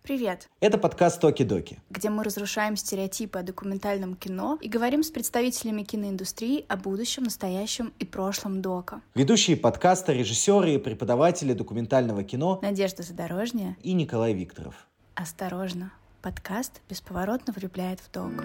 Привет! Это подкаст «Токи-доки», где мы разрушаем стереотипы о документальном кино и говорим с представителями киноиндустрии о будущем, настоящем и прошлом дока. Ведущие подкаста, режиссеры и преподаватели документального кино Надежда Задорожняя и Николай Викторов. Осторожно, подкаст бесповоротно влюбляет в док.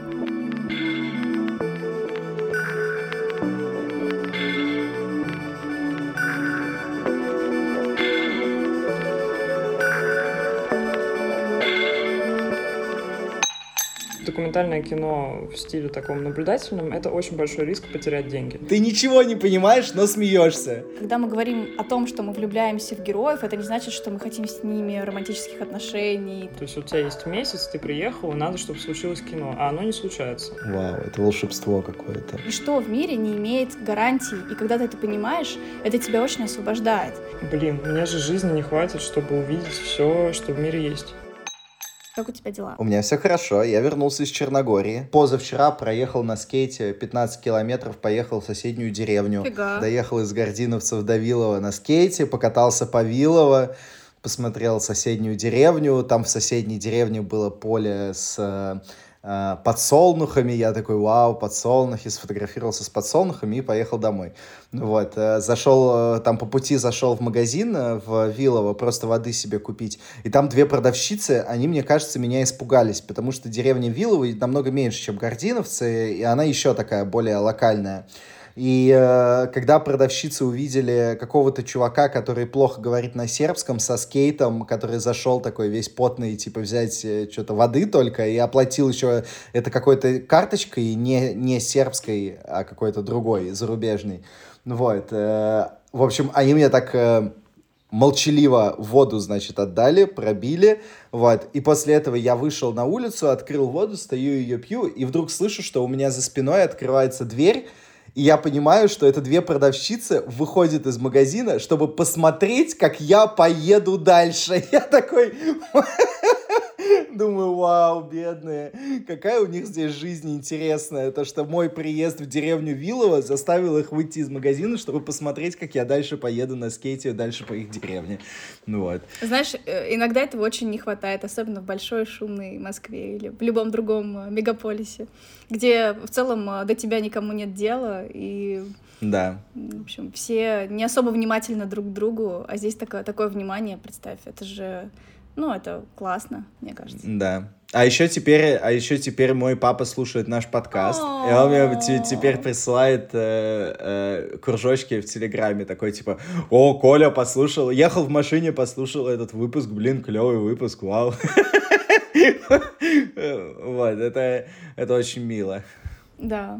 Документальное кино в стиле таком наблюдательном — это очень большой риск потерять деньги. Ты ничего не понимаешь, но смеешься. Когда мы говорим о том, что мы влюбляемся в героев, это не значит, что мы хотим с ними романтических отношений. То есть у тебя есть месяц, ты приехал, надо, чтобы случилось кино, а оно не случается. Вау, это волшебство какое-то. Ничто в мире не имеет гарантий, и когда ты это понимаешь, это тебя очень освобождает. Блин, мне же жизни не хватит, чтобы увидеть все, что в мире есть. Как у тебя дела? У меня все хорошо, я вернулся из Черногории. Позавчера проехал на скейте 15 километров, поехал в соседнюю деревню. Фига. Доехал из Гординовцев до Вилова на скейте, покатался по Вилово, посмотрел соседнюю деревню. Там в соседней деревне было поле с подсолнухами. Я такой, вау, подсолнухи, сфотографировался с подсолнухами и поехал домой. Вот, зашел, там по пути зашел в магазин в Вилово просто воды себе купить, и там две продавщицы, они, мне кажется, меня испугались, потому что деревня Вилово намного меньше, чем Гординовцы, и она еще такая более локальная. И когда продавщицы увидели какого-то чувака, который плохо говорит на сербском, со скейтом, который зашел такой весь потный, типа взять что-то воды только, и оплатил еще это какой-то карточкой, не сербской, а какой-то другой, зарубежной. Вот. В общем, они мне так молчаливо воду, значит, отдали, пробили, вот. И после этого я вышел на улицу, открыл воду, стою ее пью, и вдруг слышу, что у меня за спиной открывается дверь, и я понимаю, что это две продавщицы выходят из магазина, чтобы посмотреть, как я поеду дальше. Я такой думаю, вау, бедные, какая у них здесь жизнь интересная. То, что мой приезд в деревню Вилово заставил их выйти из магазина, чтобы посмотреть, как я дальше поеду на скейте дальше по их деревне. Ну вот. Знаешь, иногда этого очень не хватает, особенно в большой шумной Москве или в любом другом мегаполисе, где в целом до тебя никому нет дела, и да. В общем, все не особо внимательны друг к другу, а здесь такое внимание, представь, это же, это классно, мне кажется. Да. А еще теперь мой папа слушает наш подкаст, и он мне теперь присылает кружочки в Телеграме, такой типа, о, Коля послушал, ехал в машине, послушал этот выпуск, блин, клевый выпуск, вау. Вот, это очень мило. Да.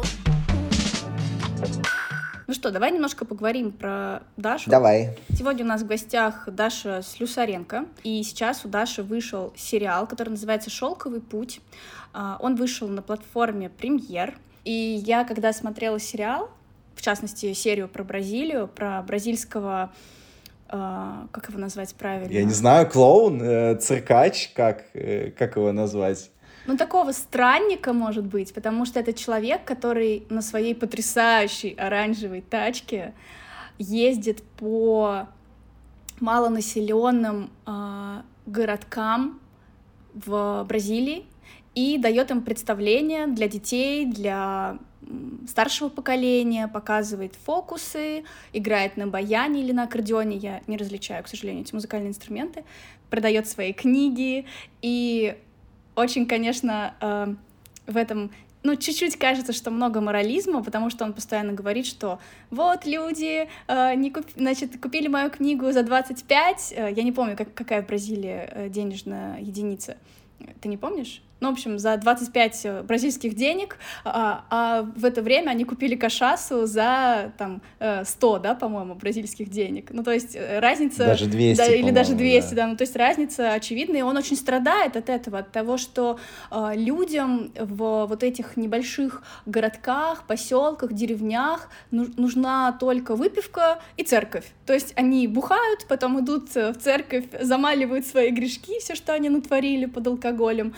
Ну что, давай немножко поговорим про Дашу. Давай. Сегодня у нас в гостях Даша Слюсаренко, и сейчас у Даши вышел сериал, который называется «Шелковый путь». Он вышел на платформе «Премьер», и я, когда смотрела сериал, в частности, серию про Бразилию, про бразильского... как его назвать правильно? Я не знаю, клоун, циркач, как его назвать? Такого странника, может быть, потому что это человек, который на своей потрясающей оранжевой тачке ездит по малонаселенным городкам в Бразилии и дает им представления для детей, для старшего поколения, показывает фокусы, играет на баяне или на аккордеоне, я не различаю, к сожалению, эти музыкальные инструменты, продает свои книги, и очень, конечно, в этом, чуть-чуть кажется, что много морализма, потому что он постоянно говорит, что вот люди купили мою книгу за 25, я не помню, какая в Бразилии денежная единица, ты не помнишь? В общем, за 25 бразильских денег, а в это время они купили кашасу за 100, да, по-моему, бразильских денег. То есть разница... Даже 200, да, или даже 200, да. То есть разница очевидна, и он очень страдает от этого, от того, что людям в вот этих небольших городках, поселках, деревнях нужна только выпивка и церковь. То есть они бухают, потом идут в церковь, замаливают свои грешки, все, что они натворили под алкоголем, и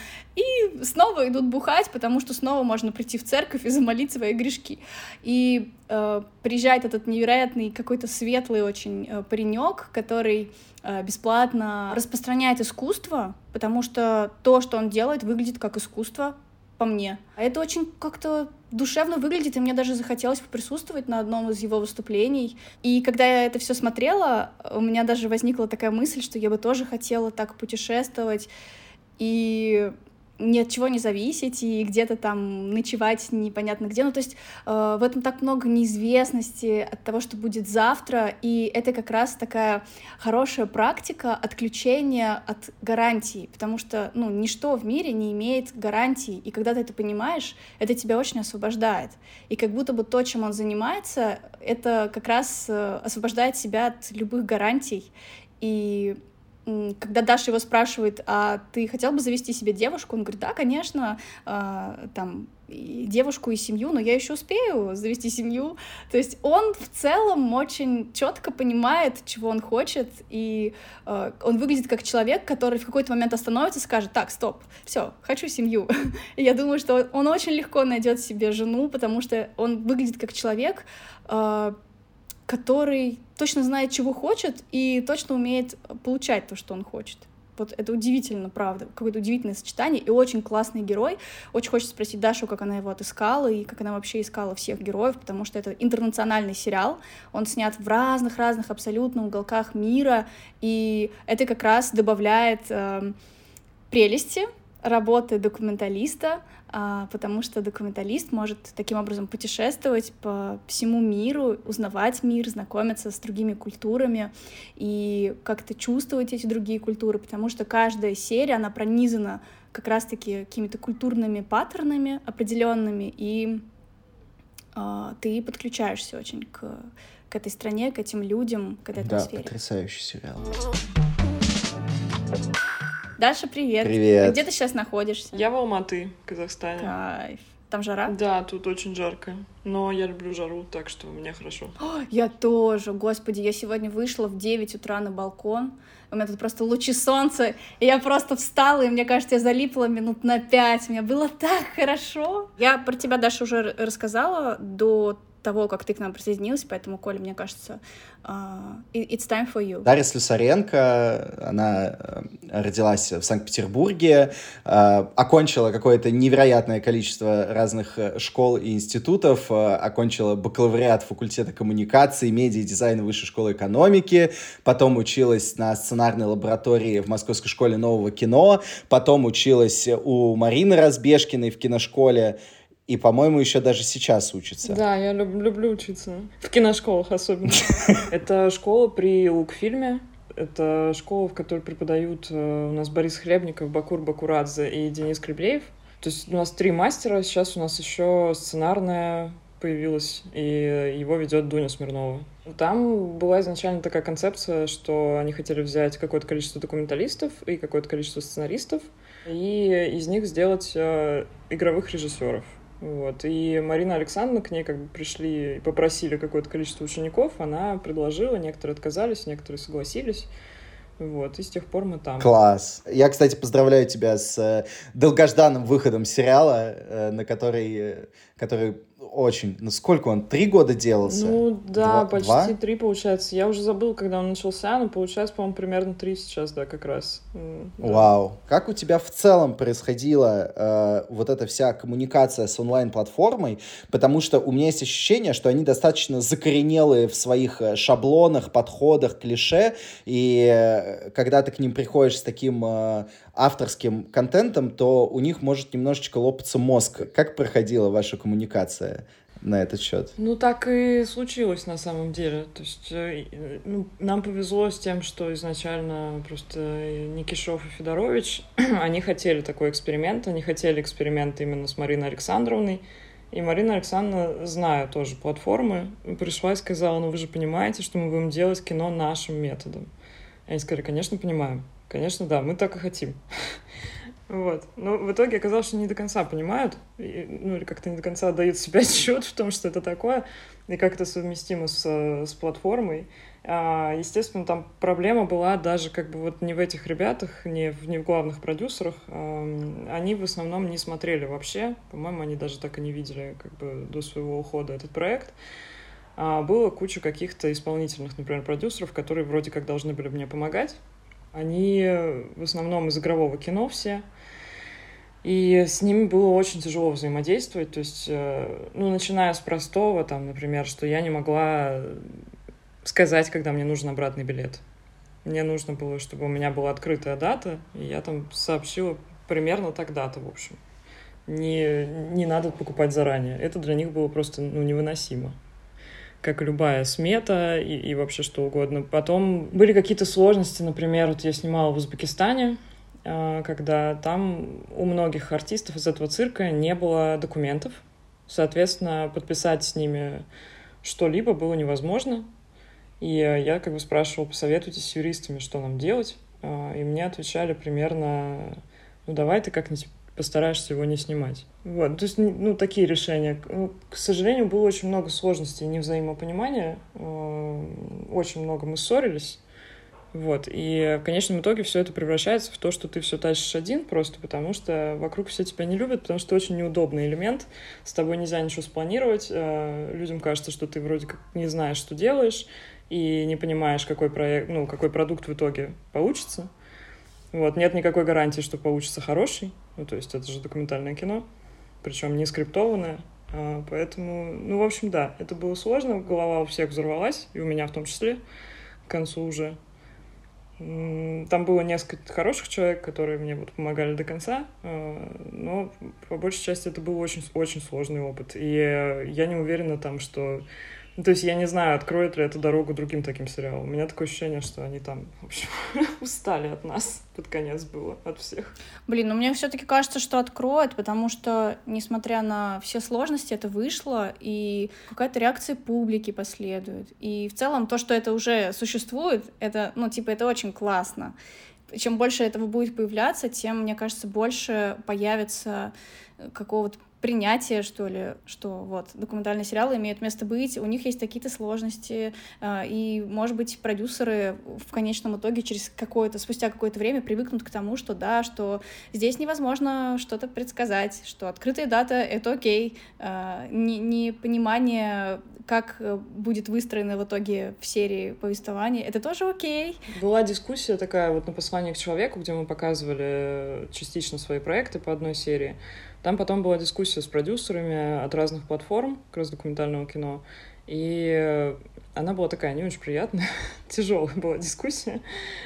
снова идут бухать, потому что снова можно прийти в церковь и замолить свои грешки. И приезжает этот невероятный какой-то светлый очень паренек, который бесплатно распространяет искусство, потому что то, что он делает, выглядит как искусство, по мне. А это очень как-то душевно выглядит, и мне даже захотелось присутствовать на одном из его выступлений. И когда я это все смотрела, у меня даже возникла такая мысль, что я бы тоже хотела так путешествовать и ни от чего не зависеть, и где-то там ночевать непонятно где. Ну, то есть в этом так много неизвестности от того, что будет завтра, и это как раз такая хорошая практика отключения от гарантий, потому что, ну, ничто в мире не имеет гарантий, и когда ты это понимаешь, это тебя очень освобождает. И как будто бы то, чем он занимается, это как раз освобождает себя от любых гарантий. И когда Даша его спрашивает, а ты хотел бы завести себе девушку? Он говорит, да, конечно, там, и девушку и семью, но я еще успею завести семью. То есть он в целом очень четко понимает, чего он хочет, и он выглядит как человек, который в какой-то момент остановится и скажет, так, стоп, все, хочу семью. И я думаю, что он очень легко найдет себе жену, потому что он выглядит как человек, который точно знает, чего хочет, и точно умеет получать то, что он хочет. Вот это удивительно, правда. Какое-то удивительное сочетание и очень классный герой. Очень хочется спросить Дашу, как она его отыскала и как она вообще искала всех героев, потому что это интернациональный сериал. Он снят в разных-разных абсолютно уголках мира, и это как раз добавляет прелести работы документалиста, потому что документалист может таким образом путешествовать по всему миру, узнавать мир, знакомиться с другими культурами и как-то чувствовать эти другие культуры, потому что каждая серия, она пронизана как раз-таки какими-то культурными паттернами определенными, и ты подключаешься очень к этой стране, к этим людям, к этой атмосфере. Да, потрясающий сериал. Даша, привет. Привет. Где ты сейчас находишься? Я в Алматы, Казахстане. Кайф. Там жара? Да, тут очень жарко. Но я люблю жару, так что мне хорошо. Я тоже. Господи, я сегодня вышла в 9 утра на балкон. У меня тут просто лучи солнца. И я просто встала, и мне кажется, я залипла минут на 5. Мне было так хорошо. Я про тебя, Даша, уже рассказала до того, как ты к нам присоединилась, поэтому, Коля, мне кажется, it's time for you. Дарья Слюсаренко, она родилась в Санкт-Петербурге, окончила какое-то невероятное количество разных школ и институтов, окончила бакалавриат факультета коммуникации, медиа, дизайна Высшей школы экономики, потом училась на сценарной лаборатории в Московской школе нового кино, потом училась у Марины Разбежкиной в киношколе, и, по-моему, еще даже сейчас учится. Да, я люблю учиться. В киношколах особенно. Это школа при Лукфильме. Это школа, в которой преподают у нас Борис Хлебников, Бакур Бакурадзе и Денис Креблеев. То есть у нас 3 мастера. Сейчас у нас еще сценарная появилась, и его ведет Дуня Смирнова. Там была изначально такая концепция, что они хотели взять какое-то количество документалистов и какое-то количество сценаристов, и из них сделать игровых режиссеров. Вот. И Марина Александровна, к ней как бы пришли и попросили какое-то количество учеников, она предложила, некоторые отказались, некоторые согласились. Вот, и с тех пор мы там. Класс. Я, кстати, поздравляю тебя с долгожданным выходом сериала, на который очень... Ну, сколько он? 3 года делался? Ну, да, почти 2? 3, получается. Я уже забыл, когда он начался, но получается, по-моему, примерно 3 сейчас, да, как раз. Вау. Как у тебя в целом происходила вот эта вся коммуникация с онлайн-платформой? Потому что у меня есть ощущение, что они достаточно закоренелые в своих шаблонах, подходах, клише, и когда ты к ним приходишь с таким авторским контентом, то у них может немножечко лопаться мозг. Как проходила ваша коммуникация на этот счет? Ну, так и случилось на самом деле. То есть нам повезло с тем, что изначально просто Никишов и Федорович, они хотели такой эксперимент, они хотели эксперимент именно с Мариной Александровной. И Марина Александровна, зная тоже платформы, пришла и сказала, ну вы же понимаете, что мы будем делать кино нашим методом. Они сказали, конечно, понимаем. Конечно, да, мы так и хотим. Вот. Но в итоге оказалось, что не до конца понимают, или как-то не до конца отдают себе отчет в том, что это такое, и как это совместимо с платформой. Естественно, там проблема была даже как бы вот не в этих ребятах, не в главных продюсерах. Они в основном не смотрели вообще. По-моему, они даже так и не видели как бы до своего ухода этот проект. Было куча каких-то исполнительных, например, продюсеров, которые вроде как должны были мне помогать. Они в основном из игрового кино все. И с ними было очень тяжело взаимодействовать. То есть, начиная с простого, там, например, что я не могла сказать, когда мне нужен обратный билет. Мне нужно было, чтобы у меня была открытая дата, и я там сообщила примерно тогда-то, в общем. Не надо покупать заранее. Это для них было просто невыносимо. Как и любая смета и вообще что угодно. Потом были какие-то сложности, например, вот я снимала в Узбекистане, когда там у многих артистов из этого цирка не было документов. Соответственно, подписать с ними что-либо было невозможно. И я как бы спрашивала, посоветуйтесь с юристами, что нам делать. И мне отвечали примерно, давай ты как-нибудь постараешься его не снимать. Вот, то есть, такие решения. К сожалению, было очень много сложностей и невзаимопонимания. Очень много мы ссорились. Вот, и в конечном итоге все это превращается в то, что ты все тащишь один, просто потому что вокруг все тебя не любят, потому что ты очень неудобный элемент, с тобой нельзя ничего спланировать, людям кажется, что ты вроде как не знаешь, что делаешь, и не понимаешь, какой проект, какой продукт в итоге получится. Вот, нет никакой гарантии, что получится хороший, то есть это же документальное кино, причем не скриптованное, поэтому, в общем, да, это было сложно, голова у всех взорвалась, и у меня в том числе, к концу уже. Там было несколько хороших человек, которые мне помогали до конца, но по большей части это был очень-очень сложный опыт. И я не уверена там, что... то есть я не знаю, откроет ли это дорогу другим таким сериалам. У меня такое ощущение, что они там, в общем, устали от нас. Под конец было, от всех. Блин, мне все-таки кажется, что откроет, потому что, несмотря на все сложности, это вышло, и какая-то реакция публики последует. И в целом то, что это уже существует, это, это очень классно. Чем больше этого будет появляться, тем, мне кажется, больше появится какого-то принятие, что ли, что документальные сериалы имеют место быть, у них есть какие-то сложности, и, может быть, продюсеры в конечном итоге спустя какое-то время привыкнут к тому, что что здесь невозможно что-то предсказать, что открытая дата — это окей, непонимание, как будет выстроено в итоге в серии повествования, это тоже окей. Была дискуссия такая на послание к человеку, где мы показывали частично свои проекты по одной серии. Там потом была дискуссия с продюсерами от разных платформ, как раз документального кино, и она была такая не очень приятная, тяжелая была дискуссия.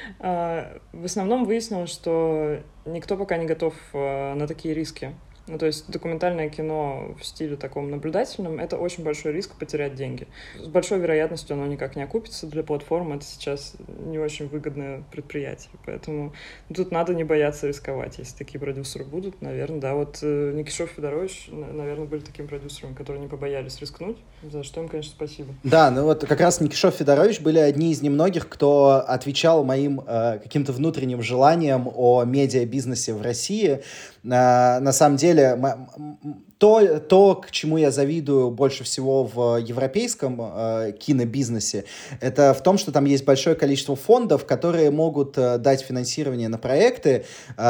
В основном выяснилось, что никто пока не готов на такие риски. То есть документальное кино в стиле таком наблюдательном — это очень большой риск потерять деньги. С большой вероятностью оно никак не окупится для платформы. Это сейчас не очень выгодное предприятие. Поэтому тут надо не бояться рисковать. Если такие продюсеры будут, наверное, да. Никишов, Федорович, наверное, были такими продюсерами, которые не побоялись рискнуть. За что им, конечно, спасибо. Да, как раз Никишов, Федорович были одни из немногих, кто отвечал моим каким-то внутренним желаниям о медиабизнесе в России. На самом деле, то, к чему я завидую больше всего в европейском кинобизнесе, это в том, что там есть большое количество фондов, которые могут дать финансирование на проекты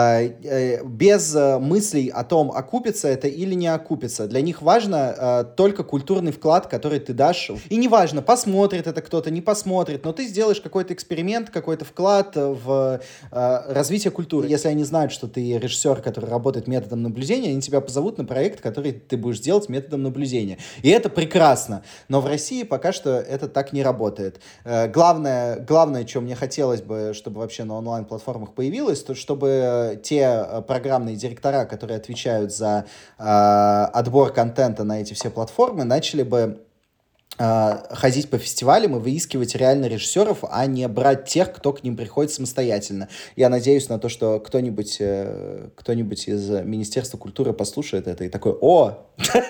без мыслей о том, окупится это или не окупится. Для них важно только культурный вклад, который ты дашь. И неважно, посмотрит это кто-то, не посмотрит, но ты сделаешь какой-то эксперимент, какой-то вклад в развитие культуры. Если они знают, что ты режиссер, который работает методом наблюдения, они тебя позовут на проект, который ты будешь делать методом наблюдения. И это прекрасно. Но в России пока что это так не работает. Главное, что мне хотелось бы, чтобы вообще на онлайн-платформах появилось, то чтобы те программные директора, которые отвечают за отбор контента на эти все платформы, начали бы ходить по фестивалям и выискивать реально режиссеров, а не брать тех, кто к ним приходит самостоятельно. Я надеюсь на то, что кто-нибудь из Министерства культуры послушает это и такой: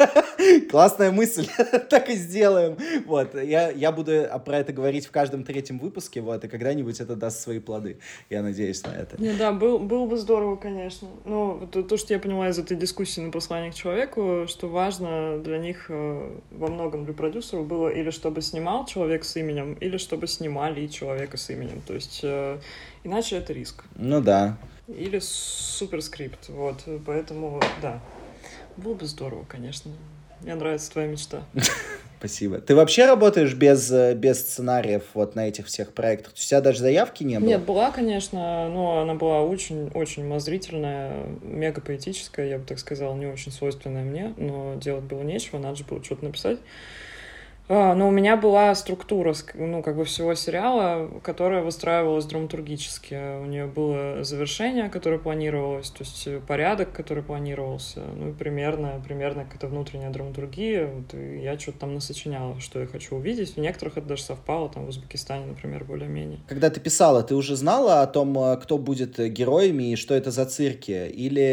Классная мысль, так и сделаем. Вот, я буду про это говорить в каждом 3-м выпуске, вот, и когда-нибудь это даст свои плоды. Я надеюсь на это. Не, да, было бы здорово, конечно. Но то, что я поняла из этой дискуссии на послание к человеку, что важно для них во многом для продюсеров было или чтобы снимал человек с именем, или чтобы снимали человека с именем. То есть иначе это риск. Ну да. Или суперскрипт, вот. Поэтому, да, было бы здорово, конечно. Мне нравится твоя мечта. Спасибо. Ты вообще работаешь без сценариев вот на этих всех проектах? У тебя даже заявки не было? Нет, была, конечно, но она была очень-очень умозрительная, мега поэтическая, я бы так сказала, не очень свойственная мне, но делать было нечего, надо же было что-то написать. Но у меня была структура, ну, как бы всего сериала, которая выстраивалась драматургически. У нее было завершение, которое планировалось, то есть порядок, который планировался, ну, и примерно какая-то внутренняя драматургия. Вот, и я что-то там насочиняла, что я хочу увидеть. В некоторых это даже совпало, там, в Узбекистане, например, более-менее. Когда ты писала, ты уже знала о том, кто будет героями и что это за цирки?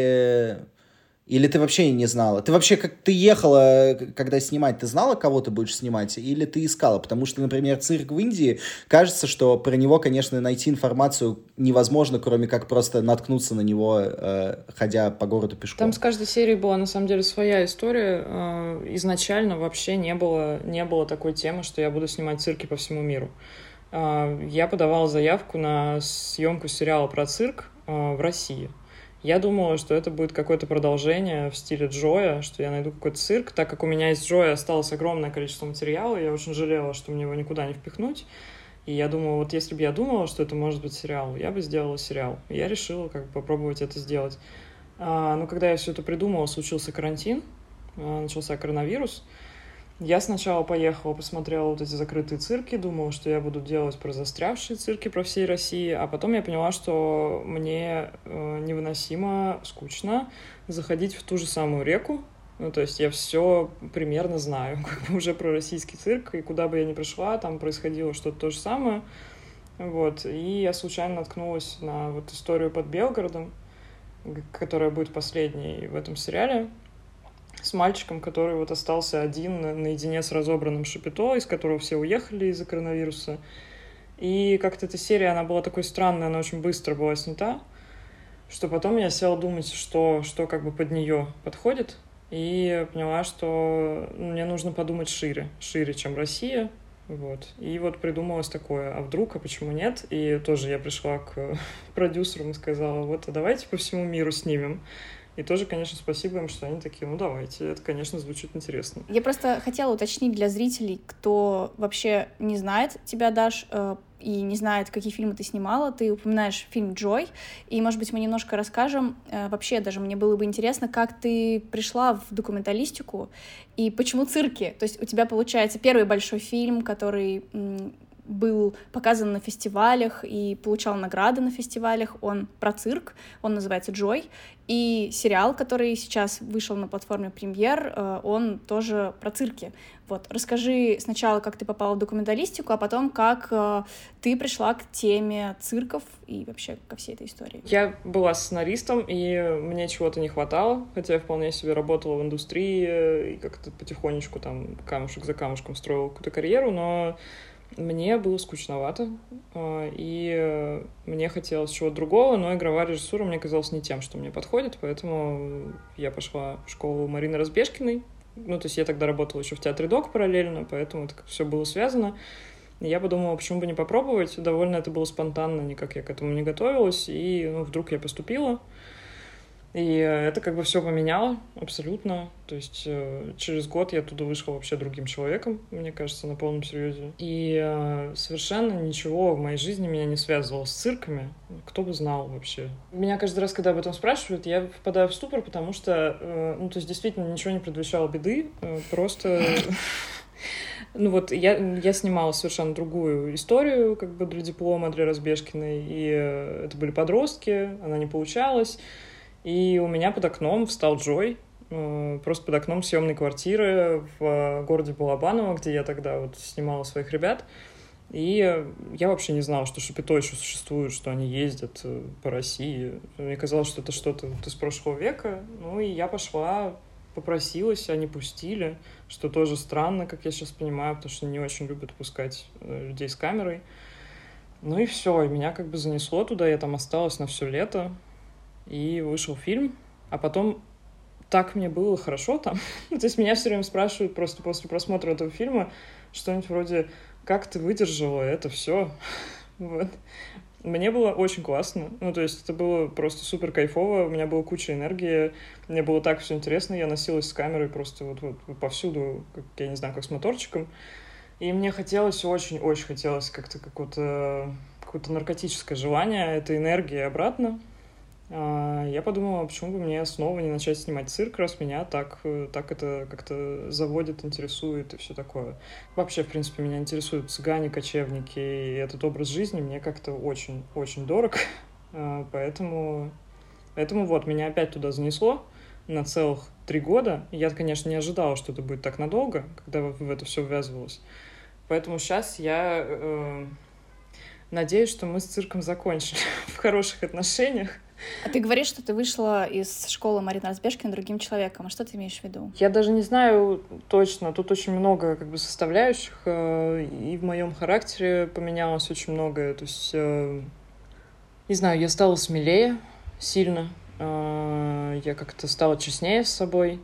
Или ты вообще не знала? Ты вообще, как ты ехала, когда снимать, ты знала, кого ты будешь снимать? Или ты искала? Потому что, например, цирк в Индии, кажется, что про него, конечно, найти информацию невозможно, кроме как просто наткнуться на него, ходя по городу пешком. Там с каждой серией была, на самом деле, своя история. Изначально вообще не было такой темы, что я буду снимать цирки по всему миру. Я подавала заявку на съемку сериала про цирк в России. Я думала, что это будет какое-то продолжение в стиле Джоя, что я найду какой-то цирк. Так как у меня из Джоя осталось огромное количество материала, я очень жалела, что мне его никуда не впихнуть. И я думала, вот если бы я думала, что это может быть сериал, я бы сделала сериал. И я решила как бы попробовать это сделать. Но когда я все это придумала, случился карантин, начался коронавирус. Я сначала поехала, посмотрела вот эти закрытые цирки, думала, что я буду делать про застрявшие цирки по всей России, а потом я поняла, что мне невыносимо скучно заходить в ту же самую реку. Ну, то есть я все примерно знаю, как бы уже про российский цирк, и куда бы я ни пришла, там происходило что-то то же самое. Вот. И я случайно наткнулась на вот историю под Белгородом, которая будет последней в этом сериале, с мальчиком, который вот остался один наедине с разобранным шапито, из которого все уехали из-за коронавируса. И как-то эта серия, она была такой странной, она очень быстро была снята, что потом я села думать, что как бы под нее подходит, и поняла, что мне нужно подумать шире, чем Россия. Вот. И вот придумалось такое, а вдруг, а почему нет? И тоже я пришла к продюсерам и сказала, вот, а давайте по всему миру снимем. И тоже, конечно, спасибо им, что они такие, ну давайте, это, конечно, звучит интересно. Я просто хотела уточнить для зрителей, кто вообще не знает тебя, Даш, и не знает, какие фильмы ты снимала. Ты упоминаешь фильм «Джой», и, может быть, мы немножко расскажем. Вообще, даже мне было бы интересно, как ты пришла в документалистику и почему цирки? То есть у тебя, получается, первый большой фильм, который был показан на фестивалях и получал награды на фестивалях, он про цирк, он называется «Джой», и сериал, который сейчас вышел на платформе «Премьер», он тоже про цирки. Вот, расскажи сначала, как ты попала в документалистику, а потом, как ты пришла к теме цирков и вообще ко всей этой истории. Я была сценаристом, и мне чего-то не хватало, хотя я вполне себе работала в индустрии и как-то потихонечку там камушек за камушком строила какую-то карьеру, но мне было скучновато, и мне хотелось чего-то другого, но игровая режиссура мне казалась не тем, что мне подходит, поэтому я пошла в школу Марины Разбежкиной. Ну, то есть я тогда работала еще в театре ДОК параллельно, поэтому это все было связано. И я подумала, почему бы не попробовать. Довольно это было спонтанно, никак я к этому не готовилась, и вдруг я поступила. И это как бы все поменяло абсолютно. То есть через год я оттуда вышла вообще другим человеком, мне кажется, на полном серьезе. И совершенно ничего в моей жизни меня не связывало с цирками. Кто бы знал вообще. Меня каждый раз, когда об этом спрашивают, я впадаю в ступор, потому что, то есть действительно ничего не предвещало беды. Просто... Ну вот я снимала совершенно другую историю, как бы для диплома, для Разбежкиной. И это были подростки, она не получалась. И у меня под окном встал Джой, просто под окном съемной квартиры в городе Балабаново, где я тогда вот снимала своих ребят. И я вообще не знала, что шапито еще существует, что они ездят по России. Мне казалось, что это что-то из прошлого века. Ну и я пошла попросилась, они пустили, что тоже странно, как я сейчас понимаю, потому что не очень любят пускать людей с камерой. Ну и все, и меня как бы занесло туда, я там осталась на все лето, и вышел фильм, а потом так мне было хорошо там. То есть меня все время спрашивают просто после просмотра этого фильма что-нибудь вроде «Как ты выдержала это все?» Вот. Мне было очень классно. Ну, то есть это было просто супер кайфово. У меня была куча энергии. Мне было так все интересно. Я носилась с камерой просто вот повсюду, как, я не знаю, как с моторчиком. И мне хотелось, очень-очень хотелось как-то какое-то наркотическое желание этой энергии обратно. Я подумала, почему бы мне снова не начать снимать цирк, раз меня так это как-то заводит, интересует и все такое. Вообще, в принципе, меня интересуют цыгане, кочевники, и этот образ жизни мне как-то очень-очень дорог. Поэтому вот, меня опять туда занесло на целых 3 года. Я, конечно, не ожидала, что это будет так надолго, когда в это все ввязывалось. Поэтому сейчас я надеюсь, что мы с цирком закончили в хороших отношениях. А ты говоришь, что ты вышла из школы Марины Разбежкиной другим человеком. А что ты имеешь в виду? Я даже не знаю точно. Тут очень много как бы составляющих, и в моем характере поменялось очень многое. То есть, не знаю, я стала смелее сильно, я как-то стала честнее с собой.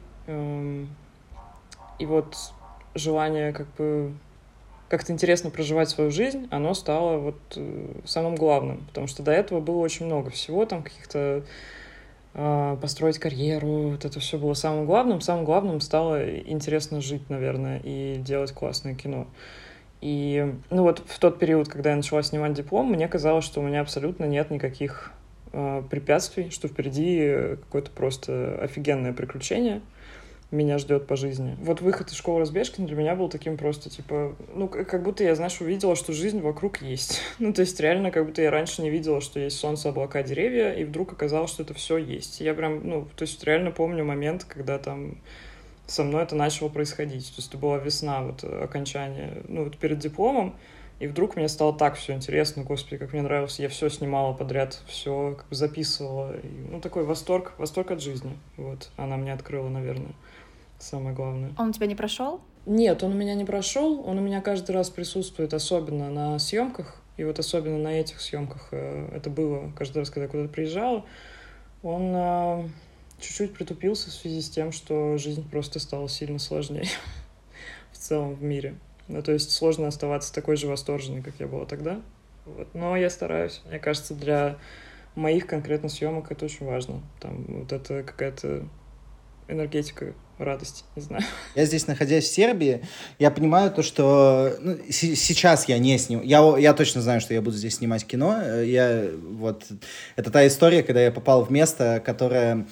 И вот желание как бы как-то интересно проживать свою жизнь, оно стало вот самым главным, потому что до этого было очень много всего, там каких-то построить карьеру, вот это все было самым главным. Самым главным стало интересно жить, наверное, и делать классное кино. И, ну вот в тот период, когда я начала снимать диплом, мне казалось, что у меня абсолютно нет никаких препятствий, что впереди какое-то просто офигенное приключение меня ждет по жизни. Вот выход из школы Разбежкина для меня был таким просто, типа, ну, как будто я, знаешь, увидела, что жизнь вокруг есть. Ну, то есть реально, как будто я раньше не видела, что есть солнце, облака, деревья, и вдруг оказалось, что это все есть. Я прям, ну, то есть реально помню момент, когда там со мной это начало происходить. То есть это была весна, вот, окончание, ну, вот перед дипломом, и вдруг мне стало так все интересно, господи, как мне нравилось. Я все снимала подряд, все как бы записывала. И, ну, такой восторг от жизни. Вот, она мне открыла, наверное. Самое главное. Он у тебя не прошел? Нет, он у меня не прошел. Он у меня каждый раз присутствует, особенно на съемках. И вот особенно на этих съемках это было каждый раз, когда я куда-то приезжала. Он чуть-чуть притупился в связи с тем, что жизнь просто стала сильно сложнее в целом в мире. Ну, то есть сложно оставаться такой же восторженной, как я была тогда. Вот. Но я стараюсь. Мне кажется, для моих конкретно съемок это очень важно. Там вот это какая-то энергетика радости, не знаю. Я здесь, находясь в Сербии, я понимаю то, что ну, сейчас я не снимаю. Я точно знаю, что я буду здесь снимать кино. Это та история, когда я попал в место, которое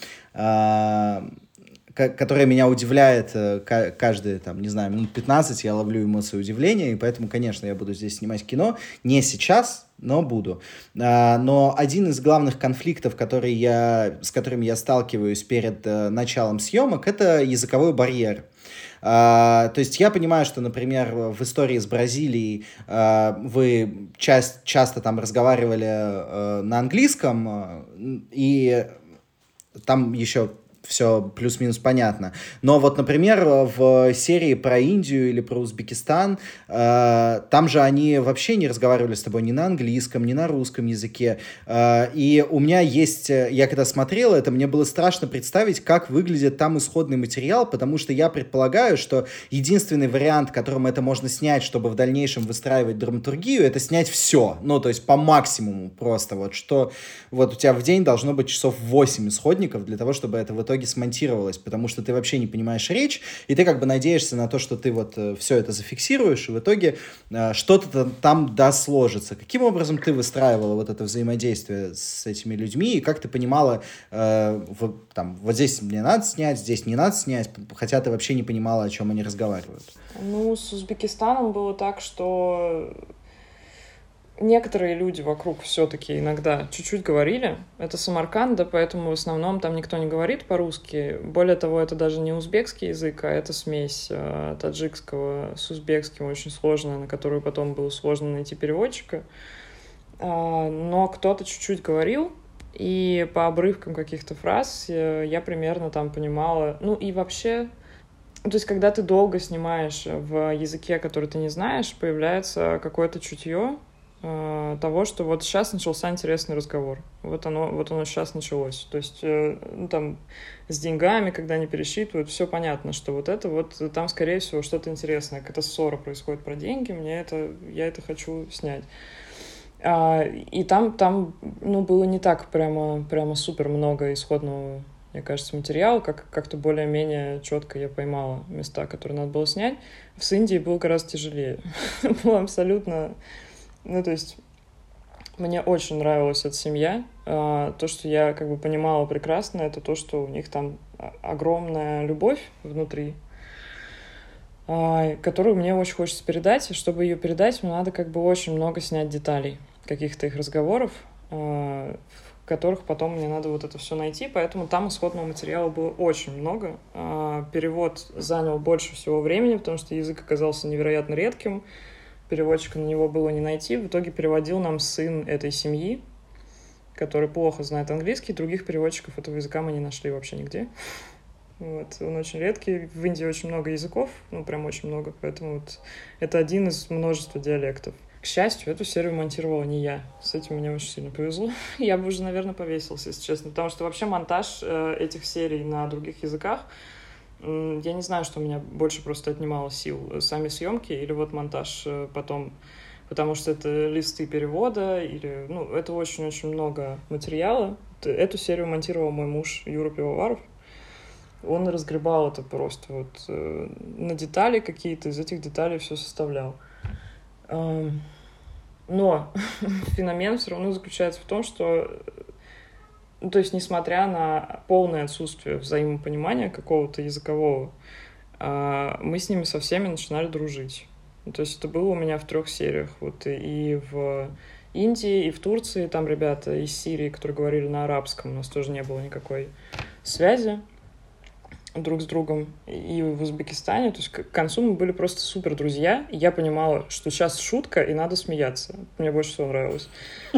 меня удивляет каждые, там, не знаю, минут 15 я ловлю эмоции удивления, и поэтому, конечно, я буду здесь снимать кино. Не сейчас, но буду. Но один из главных конфликтов, с которыми я сталкиваюсь перед началом съемок, это языковой барьер. То есть я понимаю, что, например, в истории с Бразилией вы часто там разговаривали на английском, и там еще все плюс-минус понятно. Но вот, например, в серии про Индию или про Узбекистан, там же они вообще не разговаривали с тобой ни на английском, ни на русском языке. И у меня есть... Я когда смотрел это, мне было страшно представить, как выглядит там исходный материал, потому что я предполагаю, что единственный вариант, которым это можно снять, чтобы в дальнейшем выстраивать драматургию, это снять все. Ну, то есть по максимуму просто. Вот что... Вот у тебя в день должно быть часов 8 исходников для того, чтобы это в итоге смонтировалось, потому что ты вообще не понимаешь речь, и ты как бы надеешься на то, что ты вот все это зафиксируешь, и в итоге что-то там сложится. Каким образом ты выстраивала вот это взаимодействие с этими людьми, и как ты понимала, вот здесь мне надо снять, здесь не надо снять, хотя ты вообще не понимала, о чем они разговаривают? Ну, с Узбекистаном было так, что некоторые люди вокруг все-таки иногда чуть-чуть говорили. Это Самарканда, поэтому в основном там никто не говорит по-русски. Более того, это даже не узбекский язык, а это смесь таджикского с узбекским, очень сложная, на которую потом было сложно найти переводчика. Но кто-то чуть-чуть говорил, И по обрывкам каких-то фраз я примерно там понимала. Ну и вообще, то есть когда ты долго снимаешь в языке, который ты не знаешь, появляется какое-то чутье того, что вот сейчас начался интересный разговор. Вот оно сейчас началось. То есть ну, там с деньгами, когда они пересчитывают, все понятно, что вот это вот там, скорее всего, что-то интересное. Какая-то ссора происходит про деньги, я это хочу снять. И там ну, было не так прямо супер много исходного, мне кажется, материала, как-то более-менее четко я поймала места, которые надо было снять. В Индии было гораздо тяжелее. Было абсолютно... Ну, то есть мне очень нравилась эта семья. То, что я как бы понимала прекрасно, это то, что у них там огромная любовь внутри, которую мне очень хочется передать. И чтобы ее передать, мне надо как бы очень много снять деталей каких-то их разговоров, в которых потом мне надо вот это все найти. Поэтому там исходного материала было очень много. Перевод занял больше всего времени, потому что язык оказался невероятно редким. Переводчика на него было не найти. В итоге переводил нам сын этой семьи, который плохо знает английский. Других переводчиков этого языка мы не нашли вообще нигде. Вот. Он очень редкий. В Индии очень много языков, ну, прям очень много. Поэтому вот это один из множества диалектов. К счастью, эту серию монтировала не я. С этим мне очень сильно повезло. Я бы уже, наверное, повесился, если честно. Потому что вообще монтаж этих серий на других языках, я не знаю, что у меня больше просто отнимало сил. Сами съемки или вот монтаж потом. Потому что это листы перевода или... Ну, это очень-очень много материала. Эту серию монтировал мой муж Юра Пивоваров. Он разгребал это просто вот на детали какие-то, из этих деталей все составлял. Но феномен все равно заключается в том, что, ну, то есть, несмотря на полное отсутствие взаимопонимания какого-то языкового, мы с ними со всеми начинали дружить. То есть это было у меня в 3 сериях. Вот и в Индии, и в Турции. Там ребята из Сирии, которые говорили на арабском, у нас тоже не было никакой связи друг с другом, и в Узбекистане. То есть к концу мы были просто супер друзья, и я понимала, что сейчас шутка, и надо смеяться. Мне больше всего нравилось.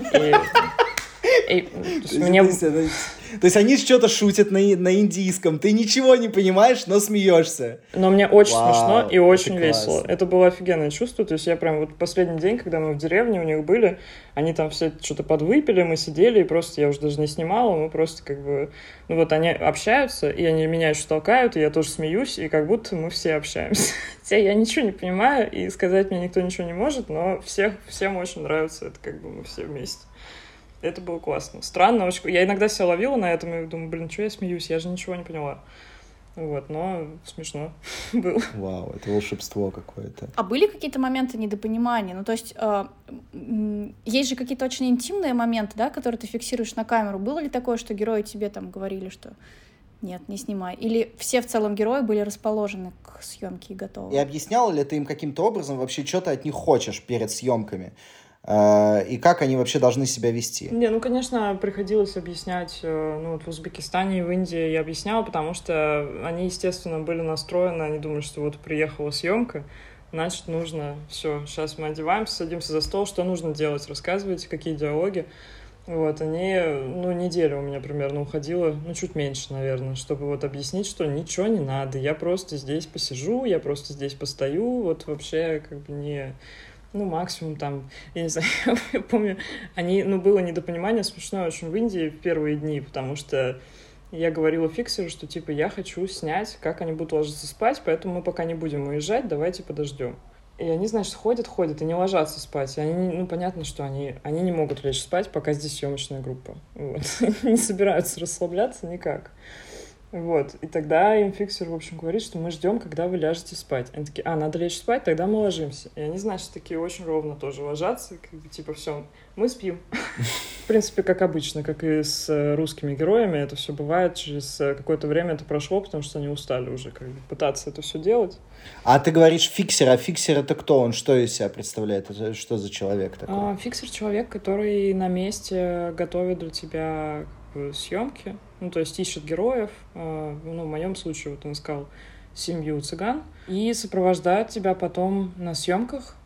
То есть они что-то шутят на индийском, ты ничего не понимаешь, но смеешься. Но мне очень смешно и очень весело. Это было офигенное чувство. То есть я прям вот последний день, когда мы в деревне у них были, они там все что-то подвыпили, мы сидели, и просто я уже даже не снимала, мы просто как бы... Ну вот они общаются, и они меня еще толкают, и я тоже смеюсь, и как будто мы все общаемся. Хотя я ничего не понимаю, и сказать мне никто ничего не может, но всем очень нравится, это как бы мы все вместе. Это было классно. Странно очень. Я иногда себя ловила на этом и думаю, блин, что я смеюсь? Я же ничего не поняла. Вот, но смешно было. Вау, это волшебство какое-то. А были какие-то моменты недопонимания? Ну, то есть, есть же какие-то очень интимные моменты, да, которые ты фиксируешь на камеру. Было ли такое, что герои тебе там говорили, что нет, не снимай? Или все в целом герои были расположены к съемке и готовы? И объясняла ли ты им каким-то образом вообще, что ты от них хочешь перед съемками? И как они вообще должны себя вести? Не, ну, конечно, приходилось объяснять, ну, вот в Узбекистане и в Индии я объясняла, потому что они, естественно, были настроены, они думали, что вот приехала съемка, значит, нужно, все, сейчас мы одеваемся, садимся за стол, что нужно делать, рассказывайте, какие диалоги. Вот, они, ну, неделю у меня примерно уходила, ну, чуть меньше, наверное, чтобы вот объяснить, что ничего не надо, я просто здесь посижу, я просто здесь постою, вот вообще как бы не... Ну, максимум там, я не знаю, я помню, было недопонимание смешное очень в Индии в первые дни, потому что я говорила фиксеру, что, типа, я хочу снять, как они будут ложиться спать, поэтому мы пока не будем уезжать, давайте подождем. И они, значит, ходят и не ложатся спать. И они, ну, понятно, что они не могут лечь спать, пока здесь съемочная группа. Вот. Не собираются расслабляться никак. Вот, и тогда им фиксер, в общем, говорит, что мы ждем, когда вы ляжете спать. Они такие, надо лечь спать, тогда мы ложимся. И они, значит, такие очень ровно тоже ложатся, как бы, типа, все, мы спим. В принципе, как обычно, как и с русскими героями, это все бывает, через какое-то время это прошло, потому что они устали уже как бы пытаться это все делать. А ты говоришь фиксер, а фиксер это кто? Он что из себя представляет? Это что за человек такой? Фиксер — человек, который на месте готовит для тебя съемки, ну, то есть ищет героев, ну, в моем случае вот он искал семью цыган, и сопровождает тебя потом на съемках,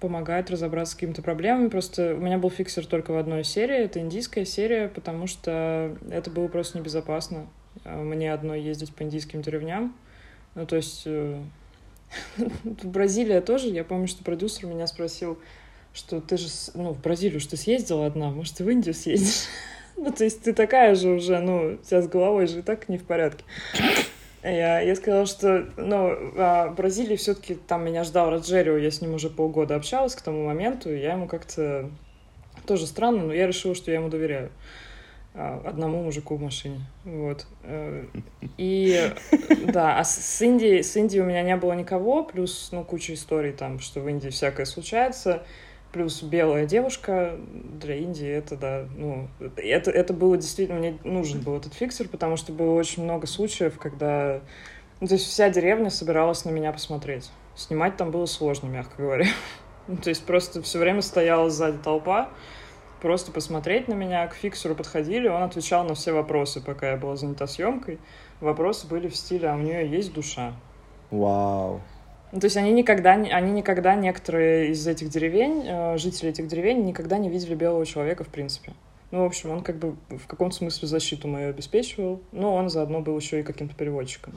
помогает разобраться с какими-то проблемами. Просто у меня был фиксер только в одной серии. Это индийская серия, потому что это было просто небезопасно. Мне одной ездить по индийским деревням. Ну, то есть... В Бразилии тоже. Я помню, что продюсер меня спросил, что ты же... в Бразилию что ты съездила одна, может, и в Индию съездишь? Ну, то есть ты такая же уже, у тебя с головой же и так не в порядке. Я сказала, что, в Бразилии все-таки там меня ждал Роджерио, я с ним уже полгода общалась к тому моменту, и я ему как-то тоже странно, но я решила, что я ему доверяю. Одному мужику в машине. Вот. И да, а с Индией у меня не было никого, плюс, куча историй там, что в Индии всякое случается, плюс белая девушка для Индии, это, да, это было действительно, мне нужен был этот фиксер, потому что было очень много случаев, когда, то есть вся деревня собиралась на меня посмотреть. Снимать там было сложно, мягко говоря. То есть просто все время стояла сзади толпа, просто посмотреть на меня, к фиксеру подходили, он отвечал на все вопросы, пока я была занята съемкой. Вопросы были в стиле: а у нее есть душа? Вау. То есть они никогда, некоторые из этих деревень, жители этих деревень, никогда не видели белого человека в принципе. В общем, он как бы в каком-то смысле защиту мою обеспечивал, но он заодно был еще и каким-то переводчиком.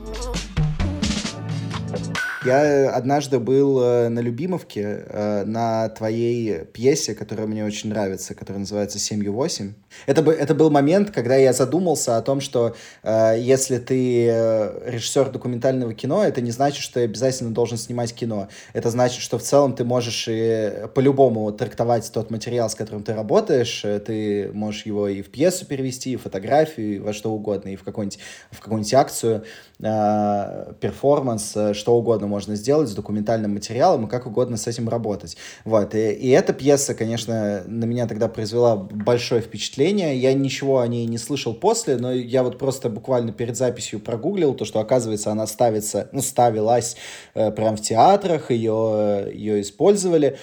Я однажды был на Любимовке, на твоей пьесе, которая мне очень нравится, которая называется «7Ю8». Это был момент, когда я задумался о том, что если ты режиссер документального кино, это не значит, что ты обязательно должен снимать кино. Это значит, что в целом ты можешь и по-любому трактовать тот материал, с которым ты работаешь. Ты можешь его и в пьесу перевести, и в фотографию, и во что угодно, и в какую-нибудь акцию, перформанс, что угодно можно сделать с документальным материалом и как угодно с этим работать. Вот. И эта пьеса, конечно, на меня тогда произвела большое впечатление. Я ничего о ней не слышал после, но я вот просто буквально перед записью прогуглил то, что, оказывается, она ставилась прямо в театрах, ее использовали.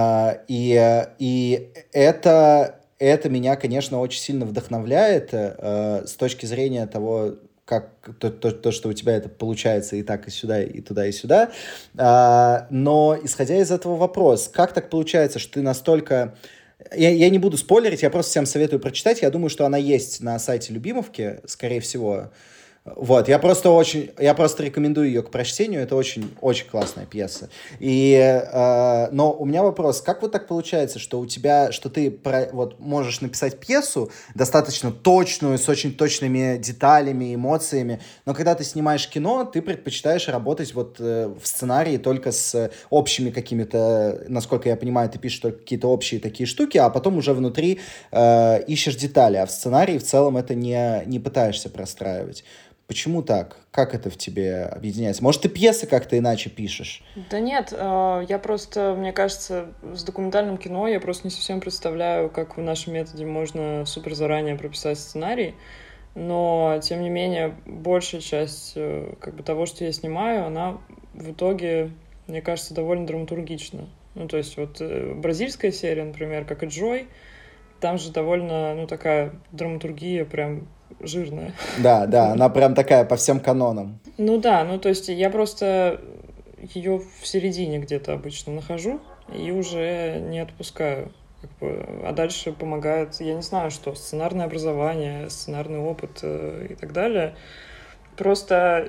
И это меня, конечно, очень сильно вдохновляет с точки зрения того, как то, что у тебя это получается и так, и сюда, и туда, и сюда. Но, исходя из этого, вопрос: как так получается, что ты настолько... Я не буду спойлерить, я просто всем советую прочитать. Я думаю, что она есть на сайте Любимовки, скорее всего. Вот, я просто рекомендую ее к прочтению, это очень классная пьеса. Но у меня вопрос: как вот так получается, что ты можешь написать пьесу достаточно точную, с очень точными деталями, эмоциями, но когда ты снимаешь кино, ты предпочитаешь работать в сценарии только с общими какими-то, насколько я понимаю, ты пишешь только какие-то общие такие штуки, а потом уже внутри ищешь детали, а в сценарии в целом это не пытаешься простраивать. Почему так? Как это в тебе объединяется? Может, ты пьесы как-то иначе пишешь? Да нет, я просто, мне кажется, с документальным кино я просто не совсем представляю, как в нашем методе можно супер заранее прописать сценарий, но, тем не менее, большая часть того, что я снимаю, она в итоге, мне кажется, довольно драматургична. То есть бразильская серия, например, как и «Джой», там же довольно, такая драматургия прям жирная. Да, она прям такая по всем канонам. То есть я просто ее в середине где-то обычно нахожу и уже не отпускаю. А дальше помогает, я не знаю что, сценарное образование, сценарный опыт и так далее. Просто,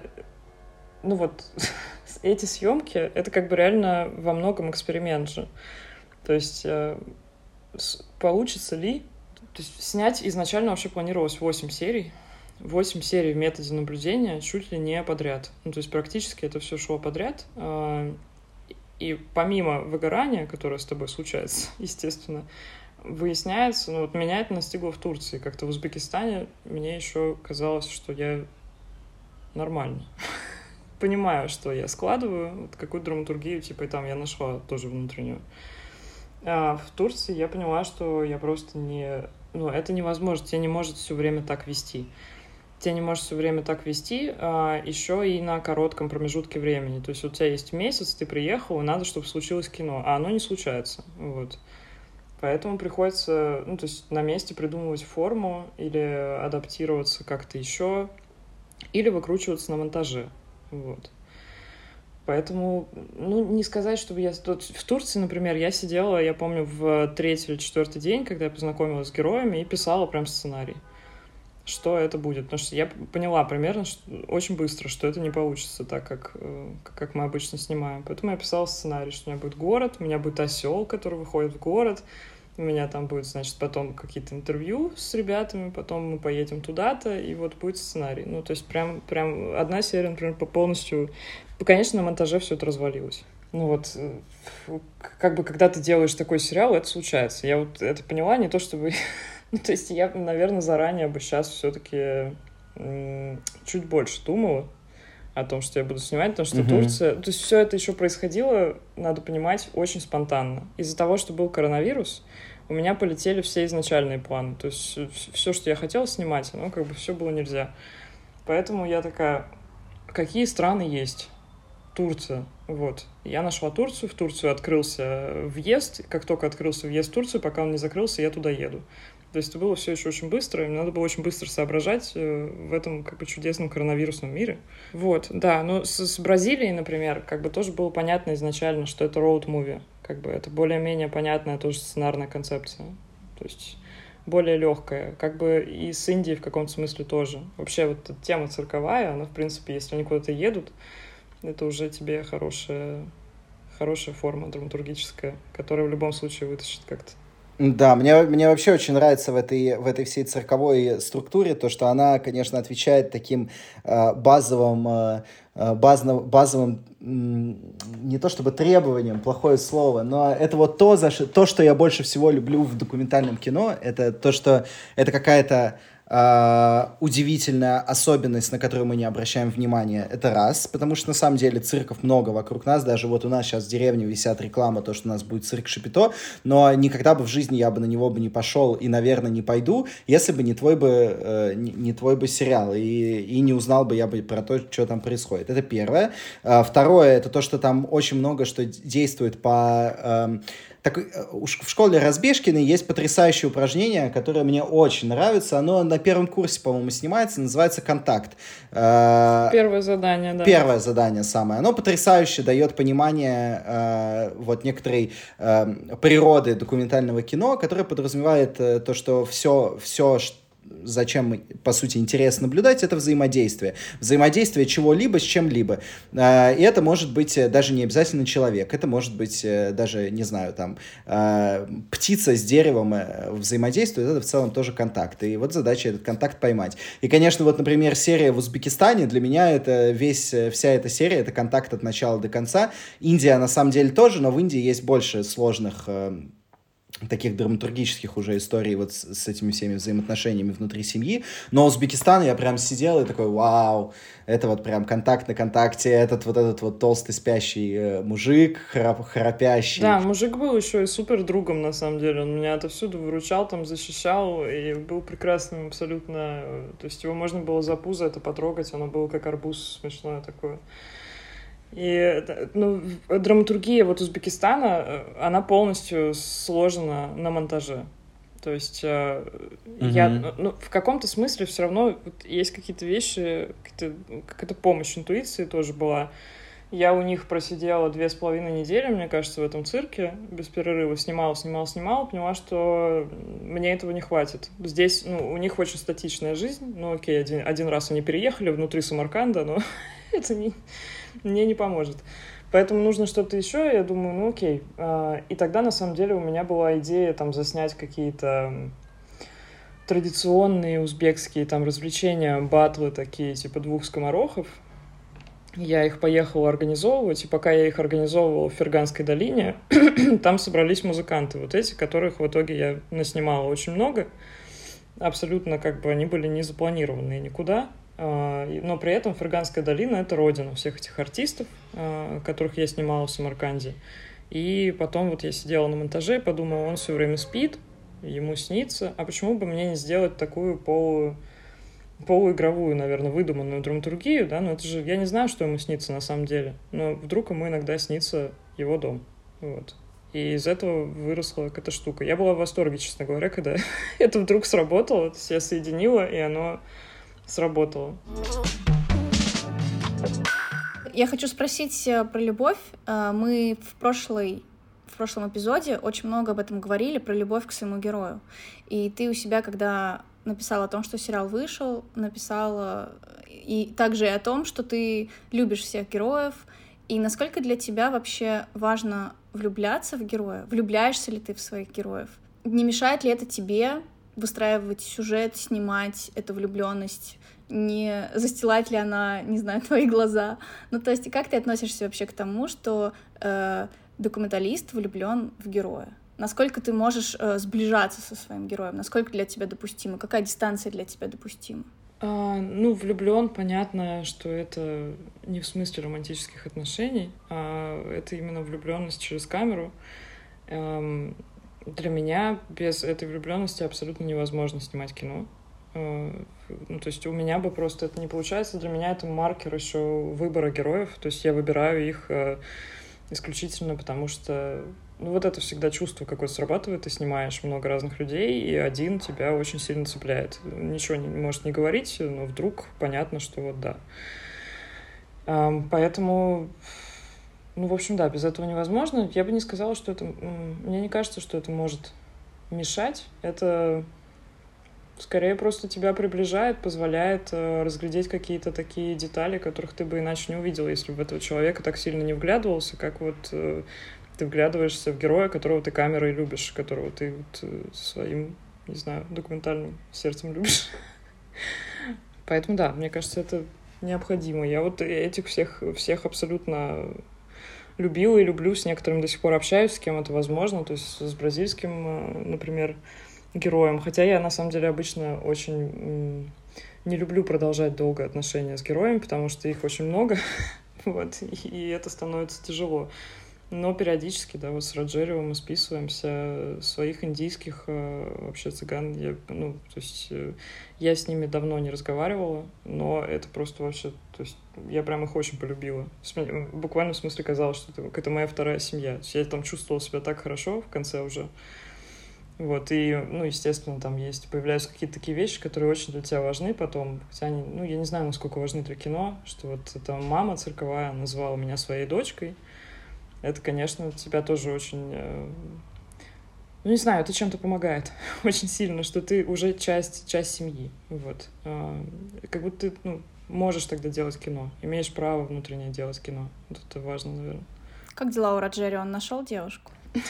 эти съемки, это реально во многом эксперимент же. То есть получится ли? То есть снять изначально вообще планировалось 8 серий. 8 серий в методе наблюдения чуть ли не подряд. То есть практически это все шло подряд. И помимо выгорания, которое с тобой случается, естественно, выясняется, меня это настигло в Турции. Как-то в Узбекистане мне еще казалось, что я нормально понимаю, что я складываю, какую-то драматургию, и там я нашла тоже внутреннюю. А в Турции я поняла, что я просто это невозможно, тебя не может все время так вести. Еще и на коротком промежутке времени. То есть у тебя есть месяц, ты приехал, и надо, чтобы случилось кино, а оно не случается. Вот. Поэтому приходится, то есть на месте придумывать форму или адаптироваться как-то еще, или выкручиваться на монтаже. Вот. Поэтому, не сказать, чтобы я... В Турции, например, я сидела, я помню, в 3-й или 4-й день, когда я познакомилась с героями, и писала прям сценарий, что это будет. Потому что я поняла примерно очень быстро, что это не получится так, как мы обычно снимаем. Поэтому я писала сценарий, что у меня будет город, у меня будет осел, который выходит в город, у меня там будет, значит, потом какие-то интервью с ребятами, потом мы поедем туда-то, и вот будет сценарий. То есть прям одна серия, например, полностью... Конечно, на монтаже все это развалилось. Как бы, когда ты делаешь такой сериал, это случается. Я вот это поняла, не то чтобы... То есть я, наверное, заранее бы сейчас все-таки чуть больше думала о том, что я буду снимать, потому что Турция... То есть все это еще происходило, надо понимать, очень спонтанно. Из-за того, что был коронавирус, у меня полетели все изначальные планы. То есть все, что я хотела снимать, оно как бы все было нельзя. Поэтому я такая, какие страны есть? Турция. Вот. Я нашла Турцию, в Турцию открылся въезд. Как только открылся въезд в Турцию, пока он не закрылся, я туда еду. То есть это было все еще очень быстро, и мне надо было очень быстро соображать в этом как бы чудесном коронавирусном мире. Вот, да, но с Бразилией, например, как бы тоже было понятно изначально, что это роуд-муви. Как бы это более-менее понятная тоже сценарная концепция. То есть более легкая. Как бы и с Индией в каком-то смысле тоже. Вообще вот эта тема цирковая, она, в принципе, если они куда-то едут, это уже тебе хорошая форма драматургическая, которая в любом случае вытащит как-то. Да, мне вообще очень нравится в этой всей цирковой структуре то, что она, конечно, отвечает таким базовым, не то чтобы требованиям, плохое слово, но это вот то, что я больше всего люблю в документальном кино, это то, что это какая-то удивительная особенность, на которую мы не обращаем внимания. Это раз, потому что на самом деле цирков много вокруг нас, даже вот у нас сейчас в деревне висят реклама, то, что у нас будет цирк Шапито, но никогда бы в жизни я бы на него бы не пошел и, наверное, не пойду, если бы не твой бы сериал, и не узнал бы я бы про то, что там происходит. Это первое. Второе, это то, что там очень много что действует по... в школе Разбежкиной есть потрясающее упражнение, которое мне очень нравится. Оно на первом курсе, по-моему, снимается, называется «Контакт». Первое задание, да. Первое задание самое. Оно потрясающе дает понимание вот некоторой природы документального кино, которое подразумевает то, что все, зачем, по сути, интересно наблюдать, это взаимодействие. Взаимодействие чего-либо с чем-либо. И это может быть даже не обязательно человек. Это может быть даже, не знаю, там, птица с деревом взаимодействует. Это в целом тоже контакт. И вот задача этот контакт поймать. И, конечно, вот, например, серия в Узбекистане, для меня это вся эта серия, это контакт от начала до конца. Индия, на самом деле, тоже, но в Индии есть больше сложных таких драматургических уже историй вот с этими всеми взаимоотношениями внутри семьи. Но Узбекистан, я прям сидел и такой, вау, это вот прям контакт на контакте, этот вот толстый спящий мужик, храпящий. Да, мужик был еще и супер другом, на самом деле. Он меня отовсюду выручал, там защищал, и был прекрасным абсолютно. То есть его можно было за пузо это потрогать, оно было как арбуз смешное такое. И драматургия вот Узбекистана, она полностью сложена на монтаже. То есть я, в каком-то смысле все равно вот есть какие-то вещи, какая-то помощь интуиции тоже была. Я у них просидела 2,5 недели, мне кажется, в этом цирке, без перерыва, снимала, поняла, что мне этого не хватит. Здесь, у них очень статичная жизнь, окей, один раз они переехали внутри Самарканда, но это мне не поможет. Поэтому нужно что-то еще, я думаю, окей. И тогда, на самом деле, у меня была идея там заснять какие-то традиционные узбекские там развлечения, батлы такие, типа 2 скоморохов. Я их поехала организовывать, и пока я их организовывала в Ферганской долине, там собрались музыканты, вот эти, которых в итоге я наснимала очень много. Абсолютно как бы они были не запланированные никуда. Но при этом Ферганская долина — это родина всех этих артистов, которых я снимала в Самарканде. И потом вот я сидела на монтаже и подумала, он все время спит, ему снится, а почему бы мне не сделать такую полуигровую, наверное, выдуманную драматургию, да, но это же, я не знаю, что ему снится на самом деле, но вдруг ему иногда снится его дом, вот. И из этого выросла эта штука. Я была в восторге, честно говоря, когда это вдруг сработало, то есть я соединила, и оно сработало. Я хочу спросить про любовь. Мы в прошлом эпизоде очень много об этом говорили, про любовь к своему герою. И ты у себя, когда написала о том, что сериал вышел, написала и также и о том, что ты любишь всех героев, и насколько для тебя вообще важно влюбляться в героя? Влюбляешься ли ты в своих героев? Не мешает ли это тебе выстраивать сюжет, снимать эту влюбленность? Не застилает ли она, не знаю, твои глаза? Ну, то есть, как ты относишься вообще к тому, что документалист влюблен в героя? Насколько ты можешь сближаться со своим героем? Насколько для тебя допустимо? Какая дистанция для тебя допустима? Влюблен, понятно, что это не в смысле романтических отношений, а это именно влюбленность через камеру. Для меня без этой влюбленности абсолютно невозможно снимать кино. То есть у меня бы просто это не получается. Для меня это маркер еще выбора героев. То есть я выбираю их исключительно потому, что это всегда чувство какое-то срабатывает. Ты снимаешь много разных людей, и один тебя очень сильно цепляет. Ничего не может не говорить, но вдруг понятно, что да. Поэтому, в общем, да, без этого невозможно. Я бы не сказала, что это... Мне не кажется, что это может мешать. Это скорее просто тебя приближает, позволяет разглядеть какие-то такие детали, которых ты бы иначе не увидел, если бы в этого человека так сильно не вглядывался, как ты вглядываешься в героя, которого ты камерой любишь, которого ты своим, не знаю, документальным сердцем любишь. Поэтому да, мне кажется, это необходимо. Я этих всех абсолютно любила и люблю, с некоторыми до сих пор общаюсь, с кем это возможно, то есть с бразильским, например, героем. Хотя я, на самом деле, обычно очень не люблю продолжать долго отношения с героями, потому что их очень много, и это становится тяжело. Но периодически, да, с Роджерио мы списываемся, своих индийских вообще цыган, я с ними давно не разговаривала, но это просто вообще, то есть я прям их очень полюбила. Буквально в смысле казалось, что это моя вторая семья. То есть я там чувствовала себя так хорошо в конце уже. И, естественно, там появляются какие-то такие вещи, которые очень для тебя важны потом. Хотя они, я не знаю, насколько важны для кино, что эта мама цирковая называла меня своей дочкой. Это, конечно, тебя тоже очень... не знаю, это чем-то помогает очень сильно, что ты уже часть семьи. Как будто ты, можешь тогда делать кино. Имеешь право внутреннее делать кино. Это важно, наверное. Как дела у Роджерио? Он нашел девушку?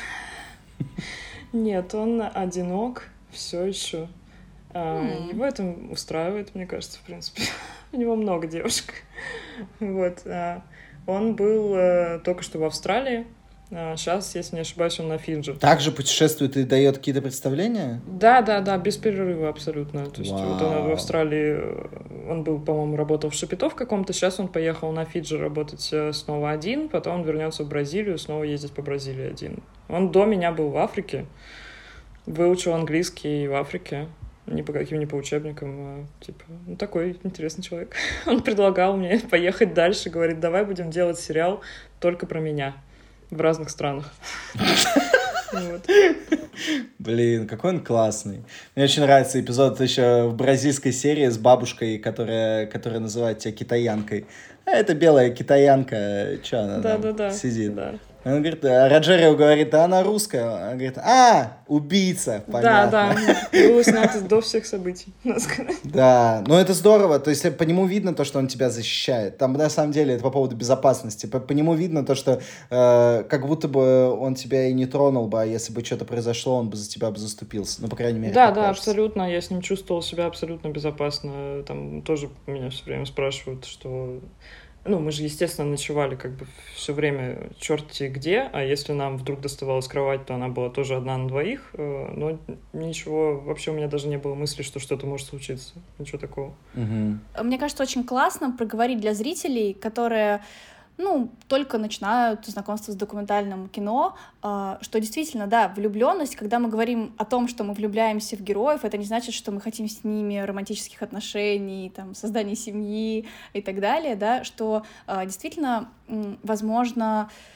Нет, он одинок все еще. Его это устраивает, мне кажется, в принципе. У него много девушек. Он был только что в Австралии. Сейчас, если не ошибаюсь, он на Фиджи. Также путешествует и дает какие-то представления? Да, без перерыва абсолютно. То есть он в Австралии, он был, по-моему, работал в Шапито в каком-то, сейчас он поехал на Фиджи работать снова один, потом он вернется в Бразилию, снова ездить по Бразилии один. Он до меня был в Африке, выучил английский в Африке. Ни по каким, ни по учебникам. Такой интересный человек. Он предлагал мне поехать дальше, говорит, давай будем делать сериал только про меня в разных странах. Блин, какой он классный. Мне очень нравится эпизод еще в бразильской серии с бабушкой, которая называет тебя китаянкой. Это белая китаянка, что она там сидит? Да. Он говорит, Роджерио говорит, да она русская. Он говорит, убийца, понятно. Да, было снято до всех событий. Да, но это здорово, то есть по нему видно то, что он тебя защищает. Там на самом деле это по поводу безопасности. По нему видно то, что как будто бы он тебя и не тронул бы, а если бы что-то произошло, он бы за тебя бы заступился. По крайней мере, да, абсолютно. Я с ним чувствовала себя абсолютно безопасно. Там тоже меня все время спрашивают, что... мы же, естественно, ночевали все время черти где, а если нам вдруг доставалась кровать, то она была тоже одна на двоих, но ничего, вообще у меня даже не было мысли, что что-то может случиться, ничего такого. Мне кажется, очень классно проговорить для зрителей, которые только начинают знакомство с документальным кино, что действительно, да, влюбленность, когда мы говорим о том, что мы влюбляемся в героев, это не значит, что мы хотим с ними романтических отношений, создания семьи и так далее, да, что действительно, возможно,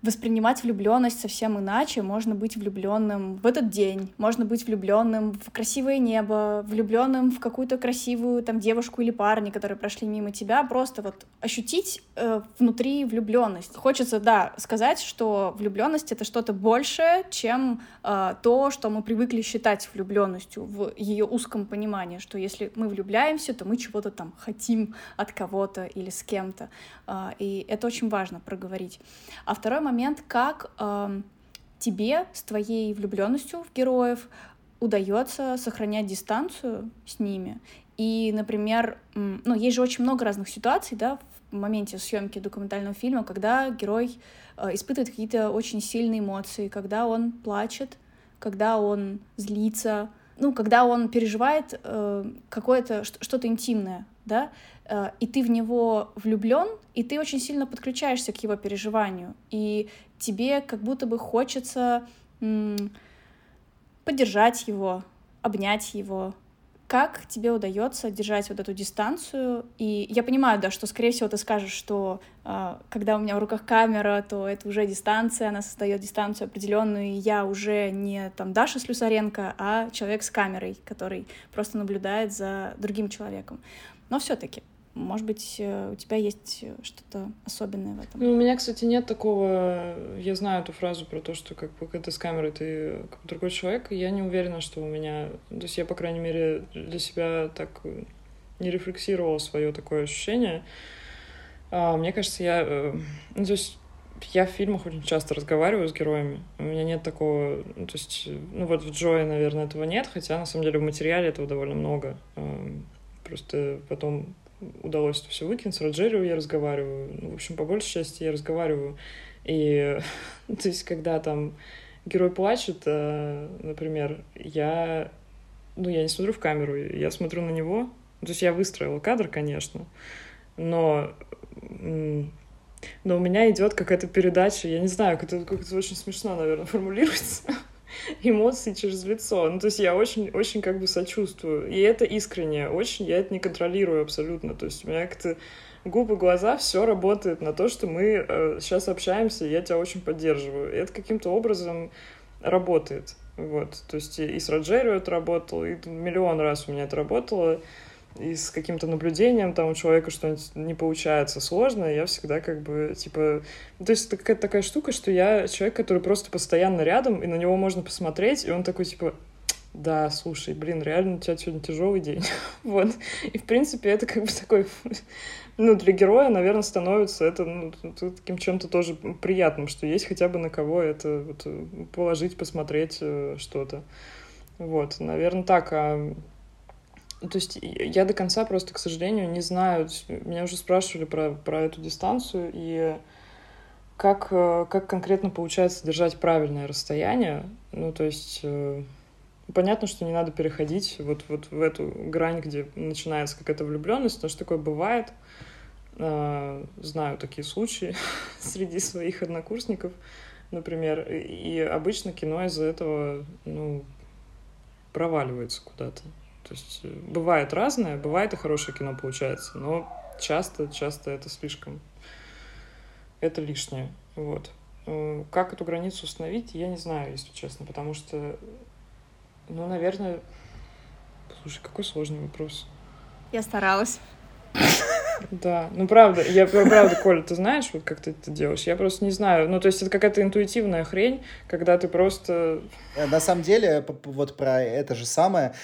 воспринимать влюбленность совсем иначе. Можно быть влюбленным в этот день, можно быть влюбленным в красивое небо, влюбленным в какую-то красивую там девушку или парня, которые прошли мимо тебя, просто вот ощутить внутри влюбленность. Хочется, да, сказать, что влюбленность — это что-то большее, чем то, что мы привыкли считать влюбленностью в ее узком понимании, что если мы влюбляемся, то мы чего-то там хотим от кого-то или с кем-то. И это очень важно проговорить. А второй момент, как тебе с твоей влюбленностью в героев удается сохранять дистанцию с ними. И, например, есть же очень много разных ситуаций, да, в моменте съемки документального фильма, когда герой испытывает какие-то очень сильные эмоции, когда он плачет, когда он злится, когда он переживает какое-то что-то интимное, да, и ты в него влюблен, и ты очень сильно подключаешься к его переживанию, и тебе как будто бы хочется поддержать его, обнять его. Как тебе удается держать вот эту дистанцию? И я понимаю, да, что, скорее всего, ты скажешь, что когда у меня в руках камера, то это уже дистанция, она создает дистанцию определенную, и я уже не там Даша Слюсаренко, а человек с камерой, который просто наблюдает за другим человеком. Но все-таки, может быть, у тебя есть что-то особенное в этом? У меня, кстати, нет такого... Я знаю эту фразу про то, что когда ты с камерой, ты как другой человек, и я не уверена, что у меня... То есть я, по крайней мере, для себя так не рефлексировала свое такое ощущение. Мне кажется, то есть я в фильмах очень часто разговариваю с героями. У меня нет такого... то есть, вот в Джое, наверное, этого нет, хотя, на самом деле, в материале этого довольно много. Просто потом удалось это все выкинуть. С Роджерио я разговариваю. В общем, по большей части я разговариваю. И, то есть, когда там герой плачет, например, я не смотрю в камеру, я смотрю на него. То есть я выстроила кадр, конечно, но у меня идет какая-то передача, я не знаю, как это очень смешно, наверное, формулируется, эмоции через лицо. То есть я очень как бы сочувствую. И это искренне очень, я это не контролирую абсолютно. То есть у меня как-то губы, глаза, все работает на то, что мы сейчас общаемся, и я тебя очень поддерживаю. И это каким-то образом работает. Вот. То есть и с Роджерио это работало, и миллион раз у меня это работало. И с каким-то наблюдением, там у человека что-нибудь не получается сложно, я всегда как бы, то есть это какая-то такая штука, что я человек, который просто постоянно рядом, и на него можно посмотреть, и он такой, да, слушай, реально у тебя сегодня тяжелый день. Вот. И, в принципе, это как бы такой, для героя, наверное, становится это, таким чем-то тоже приятным, что есть хотя бы на кого это положить, посмотреть что-то. Вот, наверное, так, то есть я до конца просто, к сожалению, не знаю. Меня уже спрашивали про эту дистанцию, и как конкретно получается держать правильное расстояние. То есть понятно, что не надо переходить вот в эту грань, где начинается какая-то влюбленность, потому что такое бывает. Знаю такие случаи среди своих однокурсников, например. И обычно кино из-за этого проваливается куда-то. То есть бывает разное, бывает и хорошее кино получается, но часто это слишком, это лишнее. Вот. Как эту границу установить, я не знаю, если честно, потому что, наверное... Слушай, какой сложный вопрос. Я старалась. Да, правда, Коля, ты знаешь, вот как ты это делаешь? Я просто не знаю. То есть это какая-то интуитивная хрень, когда ты просто... На самом деле, вот про это же самое,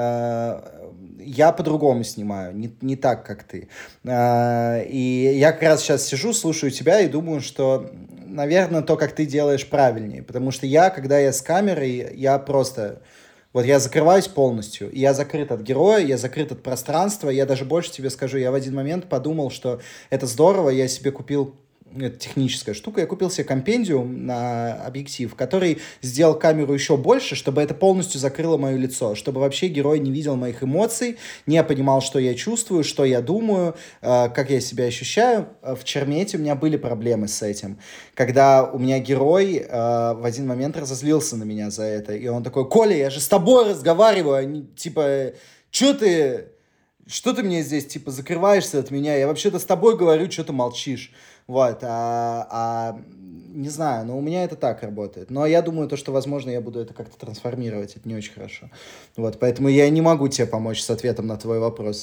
я по-другому снимаю, не так, как ты. И я как раз сейчас сижу, слушаю тебя и думаю, что, наверное, то, как ты делаешь, правильнее. Потому что когда я с камерой, я просто... Вот я закрываюсь полностью, я закрыт от героя, я закрыт от пространства, я даже больше тебе скажу, я в один момент подумал, что это здорово, я себе купил, это техническая штука, я купил себе компендиум на объектив, который сделал камеру еще больше, чтобы это полностью закрыло мое лицо, чтобы вообще герой не видел моих эмоций, не понимал, что я чувствую, что я думаю, как я себя ощущаю. В Чермете у меня были проблемы с этим, когда у меня герой в один момент разозлился на меня за это, и он такой: «Коля, я же с тобой разговариваю, что ты мне здесь, закрываешься от меня? Я вообще-то с тобой говорю, что ты молчишь». Вот, не знаю, но у меня это так работает. Но я думаю, что, возможно, я буду это как-то трансформировать. Это не очень хорошо. Вот, поэтому я не могу тебе помочь с ответом на твой вопрос.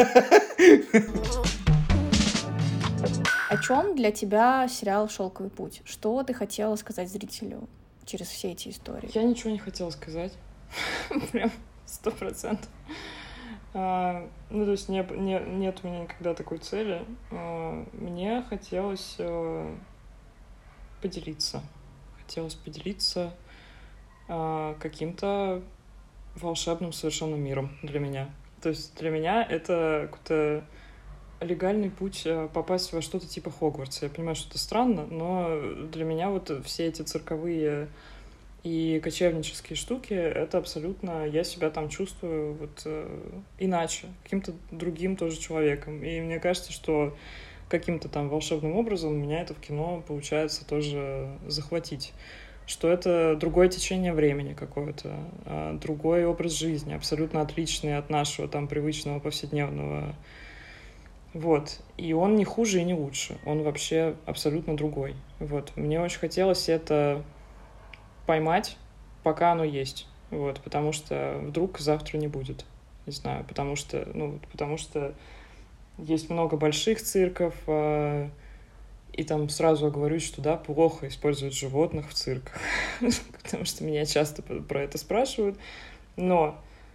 О чем для тебя сериал «Шелковый путь»? Что ты хотела сказать зрителю через все эти истории? Я ничего не хотела сказать. Прям 100%. То есть нет у меня никогда такой цели. Мне хотелось поделиться. Хотелось поделиться каким-то волшебным совершенно миром для меня. То есть для меня это какой-то легальный путь попасть во что-то типа Хогвартса. Я понимаю, что это странно, но для меня вот все эти цирковые и кочевнические штуки, это абсолютно... Я себя там чувствую вот иначе, каким-то другим тоже человеком. И мне кажется, что каким-то там волшебным образом у меня это в кино получается тоже захватить. Что это другое течение времени какое-то, другой образ жизни, абсолютно отличный от нашего там привычного повседневного. Вот. И он не хуже и не лучше. Он вообще абсолютно другой. Вот. Мне очень хотелось это поймать, пока оно есть. Вот. Потому что вдруг завтра не будет. Не знаю. Потому что есть много больших цирков, и там сразу оговорюсь, что да, плохо использовать животных в цирках. Потому что меня часто про это спрашивают. Но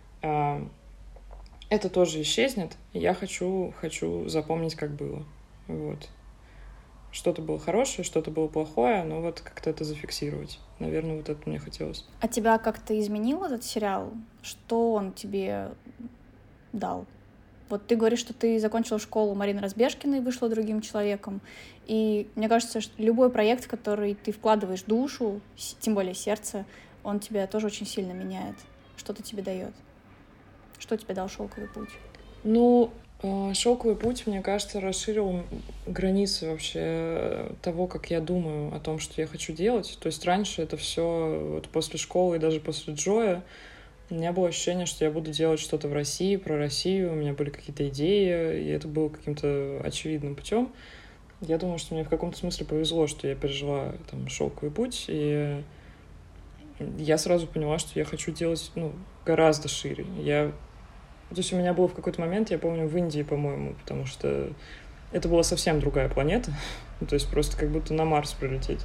это тоже исчезнет, и я хочу запомнить, как было. Вот. Что-то было хорошее, что-то было плохое, но вот как-то это зафиксировать. Наверное, вот это мне хотелось. А тебя как-то изменил этот сериал? Что он тебе дал? Вот ты говоришь, что ты закончила школу Марины Разбежкиной, вышла другим человеком. И мне кажется, что любой проект, в который ты вкладываешь душу, тем более сердце, он тебя тоже очень сильно меняет. Что-то тебе дает. Что тебе дал «Шелковый путь»? «Шелковый путь», мне кажется, расширил границы вообще того, как я думаю о том, что я хочу делать. То есть раньше это все вот после школы и даже после Джоя у меня было ощущение, что я буду делать что-то в России, про Россию, у меня были какие-то идеи, и это было каким-то очевидным путем. Я думаю, что мне в каком-то смысле повезло, что я пережила там «Шелковый путь», и я сразу поняла, что я хочу делать гораздо шире. То есть у меня было в какой-то момент, я помню, в Индии, по-моему, потому что это была совсем другая планета, то есть просто как будто на Марс прилететь,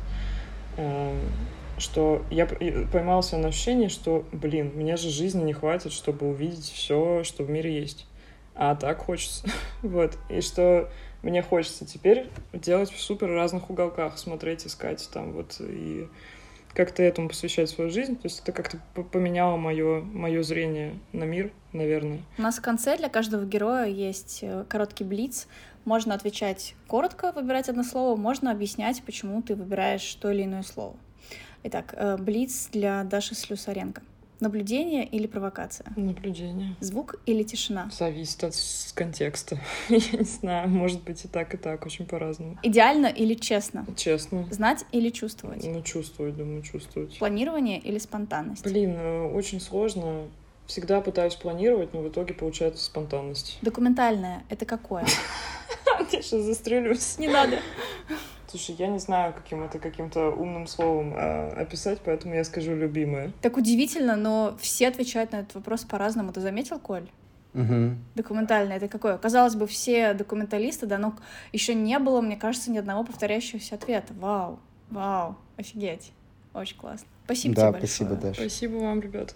что я поймала себя на ощущении, что, мне же жизни не хватит, чтобы увидеть все, что в мире есть. А так хочется. Вот. И что мне хочется теперь делать в супер разных уголках, смотреть, искать там вот и как-то этому посвящать свою жизнь. То есть это как-то поменяло мое зрение на мир, наверное. У нас в конце для каждого героя есть короткий блиц. Можно отвечать коротко, выбирать одно слово, можно объяснять, почему ты выбираешь то или иное слово. Итак, блиц для Даши Слюсаренко. Наблюдение или провокация? Наблюдение. Звук или тишина? Зависит от контекста. Я не знаю, может быть и так, очень по-разному. Идеально или честно? Честно. Знать или чувствовать? Чувствовать. Планирование или спонтанность? Очень сложно. Всегда пытаюсь планировать, но в итоге получается спонтанность. Документальное — это какое? Я сейчас застрелюсь. Не надо. Слушай, я не знаю, каким-то умным словом описать, поэтому я скажу любимое. Так удивительно, но все отвечают на этот вопрос по-разному. Ты заметил, Коль? Угу. Документальное — это какое? Казалось бы, все документалисты, да, но еще не было, мне кажется, ни одного повторяющегося ответа. Вау, офигеть. Очень классно. Спасибо тебе большое. Спасибо, Даша. Спасибо вам, ребята.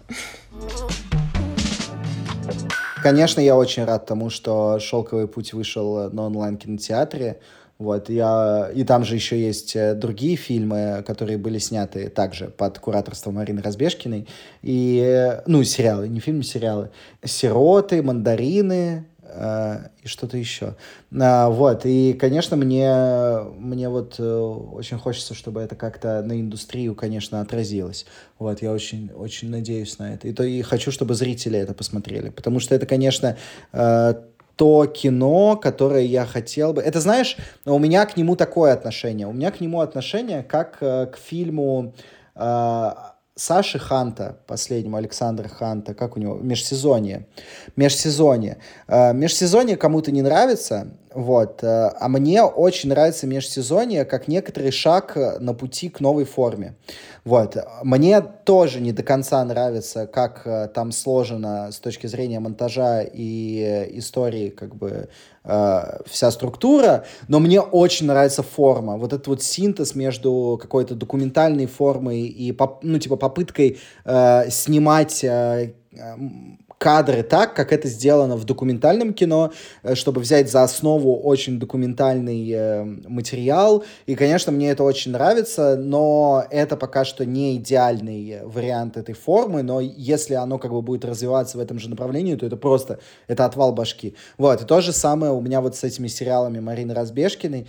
Конечно, я очень рад тому, что «Шелковый путь» вышел на онлайн-кинотеатре. Вот, и там же еще есть другие фильмы, которые были сняты также под кураторством Марины Разбежкиной. И, сериалы, не фильмы, сериалы. «Сироты», «Мандарины», и что-то еще. Вот, и, конечно, мне вот очень хочется, чтобы это как-то на индустрию, конечно, отразилось. Вот, я очень, очень надеюсь на это. И хочу, чтобы зрители это посмотрели. Потому что это, конечно, то кино, которое я хотел бы... Это, знаешь, у меня к нему такое отношение. У меня к нему отношение как к фильму Саши Ханта, последнему, Александра Ханта, как у него, «Межсезонье». «Межсезонье» кому-то не нравится, Вот. А мне очень нравится межсезонье как некоторый шаг на пути к новой форме. Вот. Мне тоже не до конца нравится, как там сложено с точки зрения монтажа и истории, как бы, вся структура, но мне очень нравится форма. Вот этот вот синтез между какой-то документальной формой и, ну, типа, попыткой снимать кадры так, как это сделано в документальном кино, чтобы взять за основу очень документальный материал. И, конечно, мне это очень нравится, но это пока что не идеальный вариант этой формы, но если оно как бы будет развиваться в этом же направлении, то это просто, это отвал башки. Вот, и то же самое у меня вот с этими сериалами Марины Разбежкиной,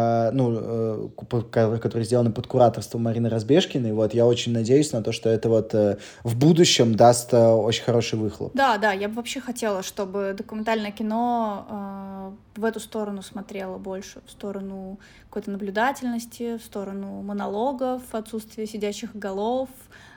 которые сделаны под кураторством Марины Разбежкиной. Вот, я очень надеюсь на то, что это вот в будущем даст очень хороший выхлоп. Да, я бы вообще хотела, чтобы документальное кино в эту сторону смотрело больше, в сторону какой-то наблюдательности, в сторону монологов, отсутствия сидящих голов.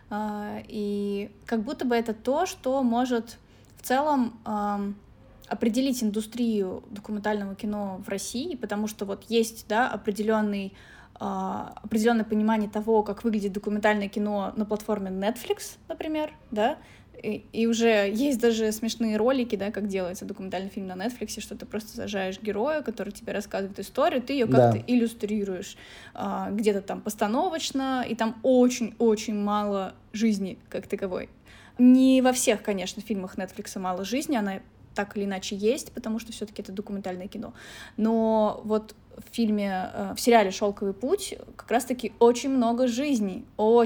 И как будто бы это то, что может в целом определить индустрию документального кино в России, потому что вот есть, да, определенное понимание того, как выглядит документальное кино на платформе Netflix, например, да, и уже есть даже смешные ролики, да, как делается документальный фильм на Netflix, что ты просто сажаешь героя, который тебе рассказывает историю, ты ее как-то иллюстрируешь где-то там постановочно, и там очень-очень мало жизни как таковой. Не во всех, конечно, фильмах Netflix мало жизни, она так или иначе есть, потому что все-таки это документальное кино. Но вот в сериале «Шелковый путь» как раз-таки очень много жизней.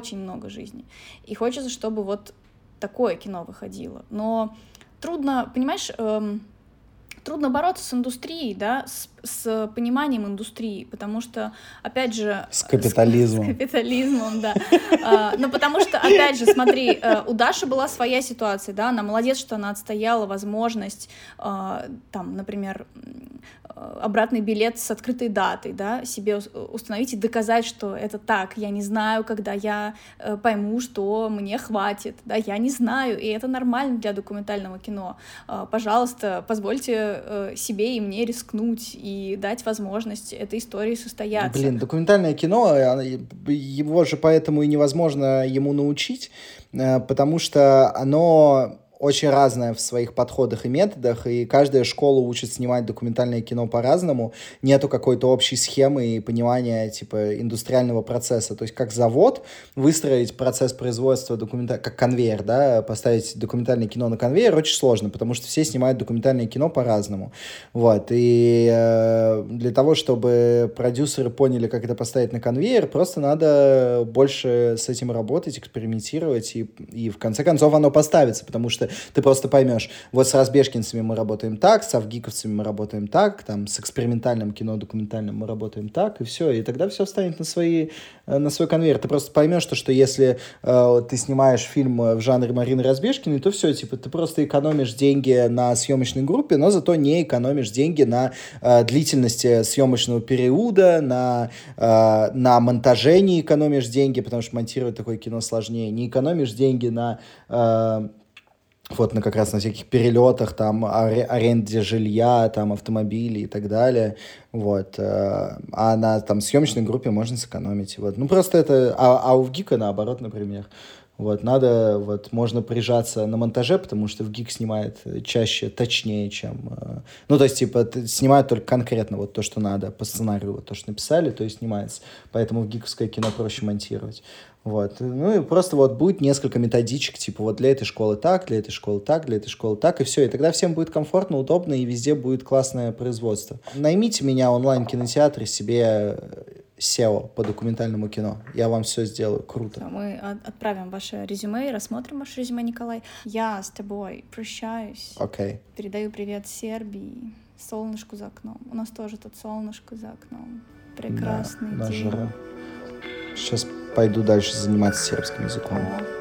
И хочется, чтобы вот такое кино выходило. Но трудно, понимаешь, трудно бороться с индустрией, да, с пониманием индустрии, потому что, опять же... С капитализмом. С капитализмом, да. Ну, потому что, опять же, смотри, у Даши была своя ситуация, да, она молодец, что она отстояла возможность, там, например, обратный билет с открытой датой, да, себе установить и доказать, что это так. Я не знаю, когда я пойму, что мне хватит, да, я не знаю, и это нормально для документального кино. Пожалуйста, позвольте себе и мне рискнуть и дать возможность этой истории состояться. Блин, документальное кино, его же поэтому и невозможно ему научить, потому что оно очень разная в своих подходах и методах, и каждая школа учит снимать документальное кино по-разному. Нету какой-то общей схемы и понимания, типа, индустриального процесса. То есть, как завод, выстроить процесс производства как конвейер, да, поставить документальное кино на конвейер очень сложно, потому что все снимают документальное кино по-разному. Вот. И для того, чтобы продюсеры поняли, как это поставить на конвейер, просто надо больше с этим работать, экспериментировать, и в конце концов оно поставится, потому что ты просто поймешь, вот с разбежкинцами мы работаем так, с авгиковцами мы работаем так, там, с экспериментальным кино, документальным мы работаем так, и все, и тогда все встанет на свой конвейер. Ты просто поймешь, что если ты снимаешь фильм в жанре Марины Разбежкиной, то все, типа, ты просто экономишь деньги на съемочной группе, но зато не экономишь деньги на длительности съемочного периода, на монтаже не экономишь деньги, потому что монтировать такое кино сложнее, не экономишь деньги на как раз на всяких перелетах, там, аренде жилья, там, автомобилей и так далее, вот, а на, там, съемочной группе можно сэкономить, вот, ну, просто это, а у ГИКа наоборот, например, вот, можно прижаться на монтаже, потому что в ГИК снимает чаще, точнее, чем, ну, то есть, типа, снимают только конкретно вот то, что надо, по сценарию, вот то, что написали, то и снимается, поэтому в ГИКовское кино проще монтировать. Вот. Ну и просто вот будет несколько методичек, типа вот для этой школы так, для этой школы так, для этой школы так, и все. И тогда всем будет комфортно, удобно, и везде будет классное производство. Наймите меня в онлайн-кинотеатре себе SEO по документальному кино. Я вам все сделаю. Круто. Мы отправим ваше резюме и рассмотрим ваше резюме, Николай. Я с тобой прощаюсь. Окей. Передаю привет Сербии. Солнышку за окном. У нас тоже тут солнышко за окном. Прекрасный день. Жара. Сейчас пойду дальше заниматься сербским языком.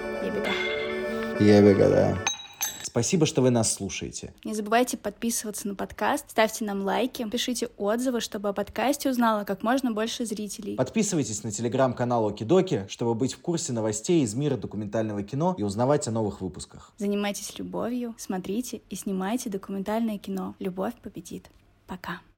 Ебега, да. Спасибо, что вы нас слушаете. Не забывайте подписываться на подкаст, ставьте нам лайки, пишите отзывы, чтобы о подкасте узнало как можно больше зрителей. Подписывайтесь на телеграм-канал Окидоки, чтобы быть в курсе новостей из мира документального кино и узнавать о новых выпусках. Занимайтесь любовью, смотрите и снимайте документальное кино. Любовь победит. Пока.